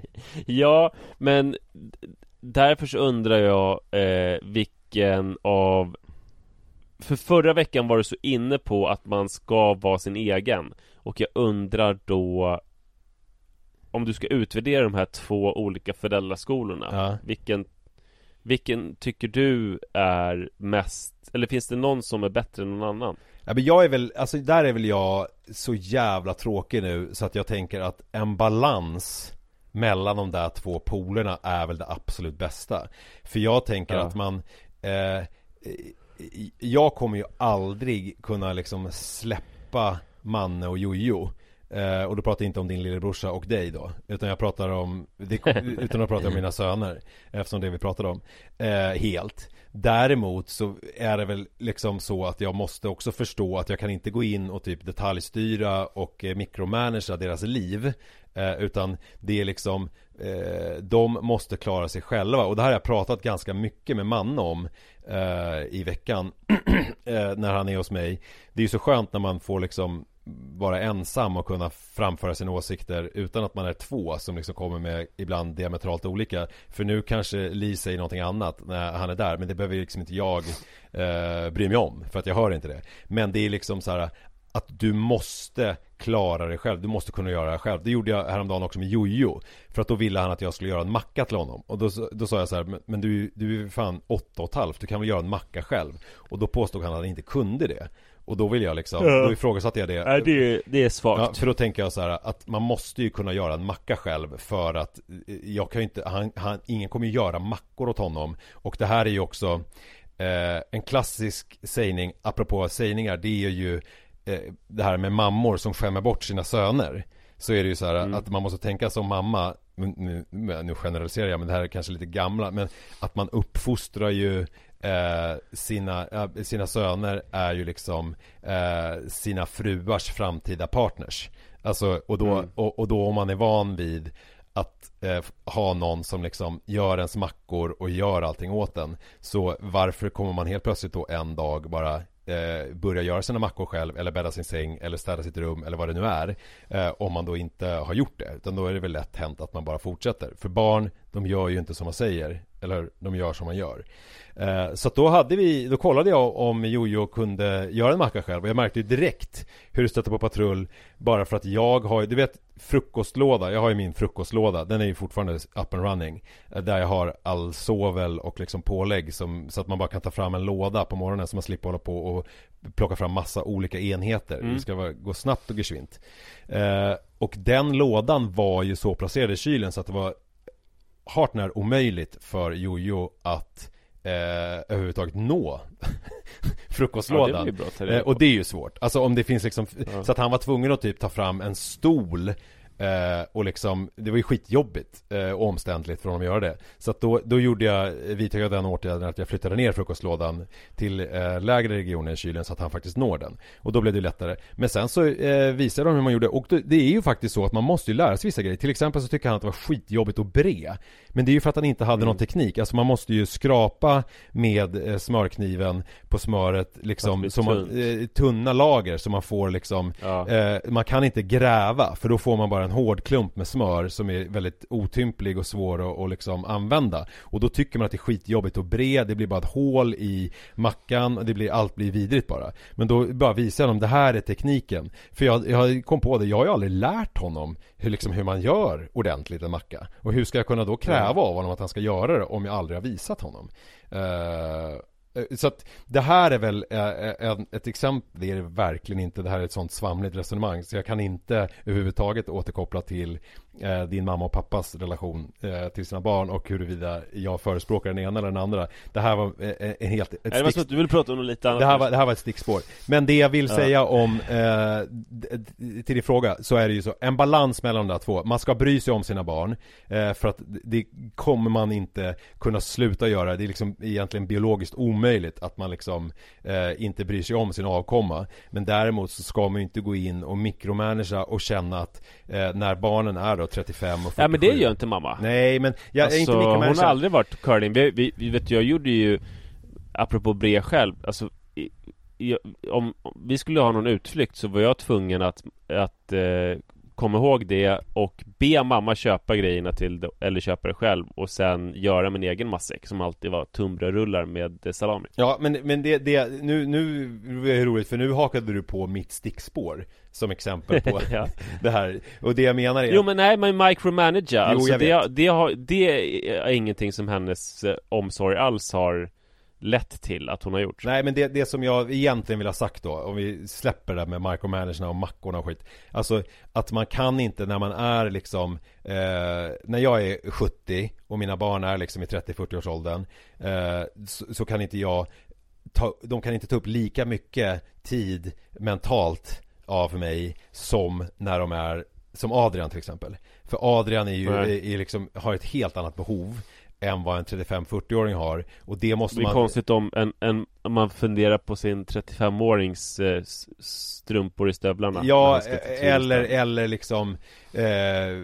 Ja, men därför så undrar jag eh, vilken av... För förra veckan var du så inne på att man ska vara sin egen. Och jag undrar då, om du ska utvärdera de här två olika föräldraskolorna, ja. vilken Vilken tycker du är mest, eller finns det någon som är bättre än någon annan?
Ja, men jag är väl, alltså där är väl jag så jävla tråkig nu så att jag tänker att en balans mellan de där två polerna är väl det absolut bästa. För jag tänker ja. att man eh, jag kommer ju aldrig kunna liksom släppa Manne och Jojo. Uh, och då pratar jag inte om din lillebrorsa och dig då, utan jag pratar om det, utan att prata om mina söner, eftersom det vi pratar om uh, helt. Däremot så är det väl liksom så att jag måste också förstå att jag kan inte gå in och typ detaljstyra och uh, mikromanagera deras liv, uh, utan det är liksom uh, de måste klara sig själva. Och det här har jag pratat ganska mycket med Manne om uh, i veckan uh, när han är hos mig. Det är ju så skönt när man får liksom vara ensam och kunna framföra sina åsikter utan att man är två som liksom kommer med ibland diametralt olika. För nu kanske Li säger någonting annat när han är där, men det behöver liksom inte jag eh, bry mig om, för att jag hör inte det. Men det är liksom så här att du måste klara dig själv. Du måste kunna göra det själv. Det gjorde jag häromdagen också med Jojo. För att då ville han att jag skulle göra en macka till honom. Och då, då sa jag så här, men, men du, du är fan åtta och ett halvt. Du kan väl göra en macka själv. Och då påstod han att han inte kunde det. Och då vill jag liksom, ja. då ifrågasatte jag det.
Nej, det, det är svagt.
Ja, för då tänker jag så här att man måste ju kunna göra en macka själv, för att jag kan ju inte, han, han, ingen kommer ju göra mackor åt honom. Och det här är ju också eh, en klassisk sägning, apropå sägningar, det är ju eh, det här med mammor som skämmer bort sina söner. Så är det ju så här mm. att man måste tänka som mamma, nu, nu generaliserar jag, men det här är kanske lite gamla, men att man uppfostrar ju Eh, sina, eh, sina söner är ju liksom eh, sina fruars framtida partners. Alltså, och då, mm. och, och då om man är van vid att eh, ha någon som liksom gör ens mackor och gör allting åt en. Så varför kommer man helt plötsligt då en dag bara eh, börja göra sina mackor själv, eller bädda sin säng, eller städa sitt rum, eller vad det nu är, eh, om man då inte har gjort det. Utan då är det väl lätt hänt att man bara fortsätter. För barn, de gör ju inte som man säger, eller de gör som man gör. Eh, så att då hade vi, då kollade jag om Jojo kunde göra en macka själv, och jag märkte ju direkt hur det stötte på patrull, bara för att jag har, du vet, frukostlåda, jag har ju min frukostlåda, den är ju fortfarande up and running, eh, där jag har all sovel och liksom pålägg som, så att man bara kan ta fram en låda på morgonen, så man slipper hålla på och plocka fram massa olika enheter. Mm. Det ska vara, gå snabbt och geschwint. Eh, och den lådan var ju så placerad i kylen så att det var hart när omöjligt för Jojo att eh, överhuvudtaget nå frukostlådan. Ja, det bra, eh, och det är ju svårt. Alltså om det finns liksom, ja. Så att han var tvungen att typ ta fram en stol. Eh, och liksom, det var ju skitjobbigt eh, och omständligt för honom att göra det. Så att då, då gjorde jag, vidtog jag den åtgärden att jag flyttade ner frukostlådan till eh, lägre regioner i kylen så att han faktiskt når den. Och då blev det lättare. Men sen så eh, visade de hur man gjorde. Och då, det är ju faktiskt så att man måste ju lära sig vissa grejer. Till exempel så tycker han att det var skitjobbigt att bre. Men det är ju för att han inte hade mm. någon teknik. Alltså man måste ju skrapa med eh, smörkniven på smöret liksom, som man, eh, tunna lager så man får liksom ja. eh, man kan inte gräva, för då får man bara en hård klump med smör som är väldigt otymplig och svår att och liksom använda. Och då tycker man att det är skitjobbigt att bre, det blir bara ett hål i mackan, det blir, allt blir vidrigt bara. Men då bara visar de, det här är tekniken. För jag, jag kom på det, jag har ju aldrig lärt honom hur, liksom, hur man gör ordentligt en macka. Och hur ska jag kunna då kräva av honom att han ska göra det om jag aldrig har visat honom? Uh, Så att det här är väl ett exempel, det är det verkligen inte, det här är ett sånt svamligt resonemang, så jag kan inte överhuvudtaget återkoppla till eh, din mamma och pappas relation eh, till sina barn och huruvida jag förespråkar den ena eller den andra. Det här var eh, en helt ett
det var så att du vill prata om något lite annat.
Det här var, det här var ett stickspår. Men det jag vill ja. säga om eh, till din fråga, så är det ju så, en balans mellan de där två. Man ska bry sig om sina barn eh, för att det kommer man inte kunna sluta göra. Det är liksom egentligen biologiskt omöjligt möjligt att man liksom eh, inte bryr sig om sin avkomma. Men däremot så ska man ju inte gå in och mikromanagera och känna att eh, när barnen är då trettiofem och fyrtiosju.
Ja, men det gör inte mamma.
Nej, men jag
alltså,
är inte mikromanagera.
Hon har aldrig varit curling. Vi, vi, vi vet, jag gjorde ju, apropå bre själv, alltså i, i, om, om vi skulle ha någon utflykt så var jag tvungen att, att eh, komma ihåg det och be mamma köpa grejerna till det, eller köpa det själv och sen göra min egen matsäck som alltid var tunnbrödsrullar med salami.
Ja, men, men det, det nu, nu är det roligt för nu hakade du på mitt stickspår som exempel på ja. det här. Och det jag menar är...
Jo, men nej, man micromanager. Alltså, jo, det, det, har, det är ingenting som hennes eh, omsorg alls har lätt till att hon har gjort.
Nej, men det, det som jag egentligen vill ha sagt då, om vi släpper det med micromanagerna och mackorna och skit, alltså att man kan inte när man är liksom eh, när jag är sjuttio och mina barn är liksom i trettio-fyrtio års åldern eh, så, så kan inte jag ta, de kan inte ta upp lika mycket tid mentalt av mig som när de är som Adrian till exempel. För Adrian är ju är, är liksom, har ett helt annat behov än vad en trettiofem-fyrtio-åring har. Och det måste man...
Det är man... konstigt om, en, en, om man funderar på sin trettiofem-årings eh, strumpor i stövlarna.
Ja, eller, eller liksom eh,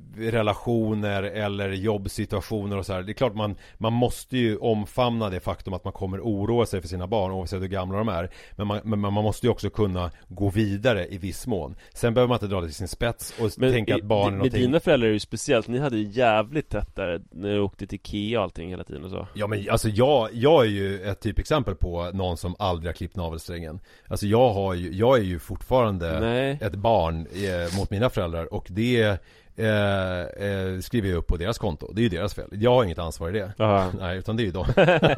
relationer eller jobbsituationer och så här. Det är klart man, man måste ju omfamna det faktum att man kommer oroa sig för sina barn oavsett hur gamla de är. Men man, men man måste ju också kunna gå vidare i viss mån. Sen behöver man inte dra det till sin spets och men tänka i, att barn... Med någonting...
dina föräldrar är ju speciellt. Ni hade ju jävligt tätt där när du åkte till Ikea och allting hela tiden och så.
Ja, men alltså jag, jag är ju ett typexempel på någon som aldrig har klippt navelsträngen. Alltså jag har ju, jag är ju fortfarande Nej. ett barn eh, mot mina föräldrar och det Eh, eh, skriver jag upp på deras konto. Det är ju deras fel. Jag har inget ansvar i det. Uh-huh. Nej, utan det är ju de.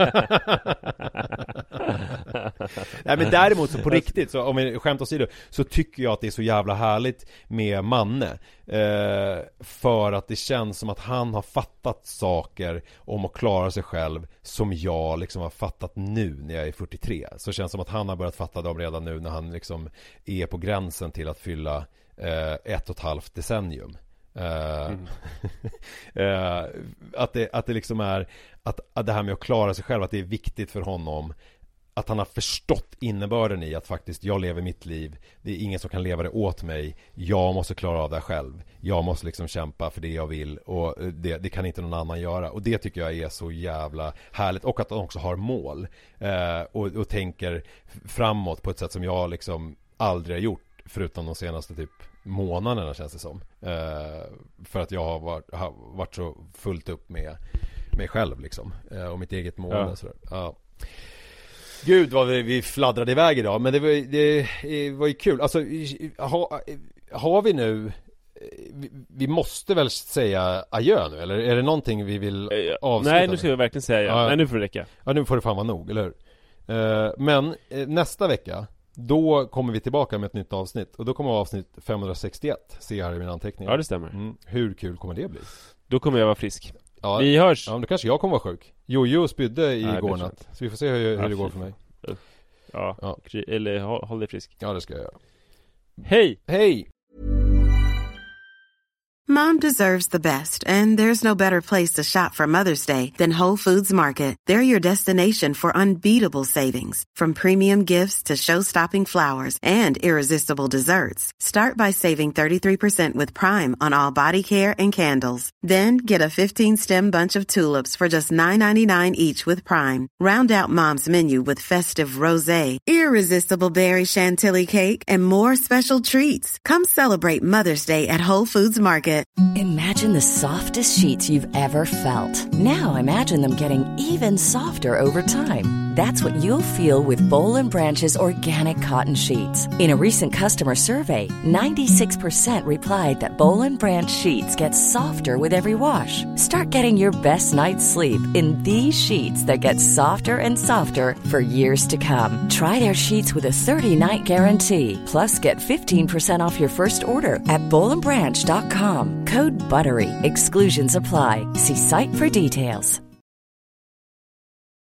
Nej, men däremot så på riktigt så, om vi skämt åsido, så tycker jag att det är så jävla härligt med Manne. Eh, för att det känns som att han har fattat saker om att klara sig själv som jag liksom har fattat nu när jag är fyrtiotre. Så känns det som att han har börjat fatta dem redan nu när han liksom är på gränsen till att fylla eh, ett och ett halvt decennium. Uh, mm. uh, att, det, att det liksom är att, att det här med att klara sig själv, att det är viktigt för honom att han har förstått innebörden i att faktiskt jag lever mitt liv. Det är ingen som kan leva det åt mig. Jag måste klara av det själv. Jag måste liksom kämpa för det jag vill. Och det, det kan inte någon annan göra. Och det tycker jag är så jävla härligt. Och att han också har mål. Eh, och, och tänker framåt på ett sätt som jag liksom aldrig har gjort. Förutom de senaste typ månaderna känns det som. Eh, för att jag har varit, har varit så fullt upp med mig själv liksom. Eh, och mitt eget mål.
Ja.
Och sådär. Ja. Gud vad vi, vi fladdrade iväg idag. Men det var, det, det var ju kul. Alltså ha, har vi nu vi, vi måste väl säga adjö nu? Eller är det någonting vi vill avsluta?
Nej, nu ska jag verkligen säga ja. Nej, nu får det räcka.
Ja, nu får det fan vara nog, eller hur? Uh, men uh, nästa vecka då kommer vi tillbaka med ett nytt avsnitt. Och då kommer avsnitt femhundrasextioett. Ser jag här i mina anteckningar.
Ja, det stämmer.
Mm. Hur kul kommer det bli?
Då kommer jag vara frisk.
Ja,
vi hörs.
Ja, då kanske jag kommer vara sjuk. Jojo spydde i
Nej,
går natt. Så vi får se hur, hur
ja,
det går för mig.
Ja, ja. Eller håll, håll dig frisk.
Ja, det ska jag göra.
Hej!
Hej!
Mom deserves the best, and there's no better place to shop for Mother's Day than Whole Foods Market. They're your destination for unbeatable savings, from premium gifts to show-stopping flowers and irresistible desserts. Start by saving thirty-three percent with Prime on all body care and candles. Then get a fifteen-stem bunch of tulips for just nine ninety-nine each with Prime. Round out Mom's menu with festive rosé, irresistible berry chantilly cake, and more special treats. Come celebrate Mother's Day at Whole Foods Market.
Imagine the softest sheets you've ever felt. Now imagine them getting even softer over time. That's what you'll feel with Boll and Branch's organic cotton sheets. In a recent customer survey, ninety-six percent replied that Boll and Branch sheets get softer with every wash. Start getting your best night's sleep in these sheets that get softer and softer for years to come. Try their sheets with a thirty-night guarantee. Plus, get fifteen percent off your first order at boll and branch dot com. Code BUTTERY. Exclusions apply. See site for details.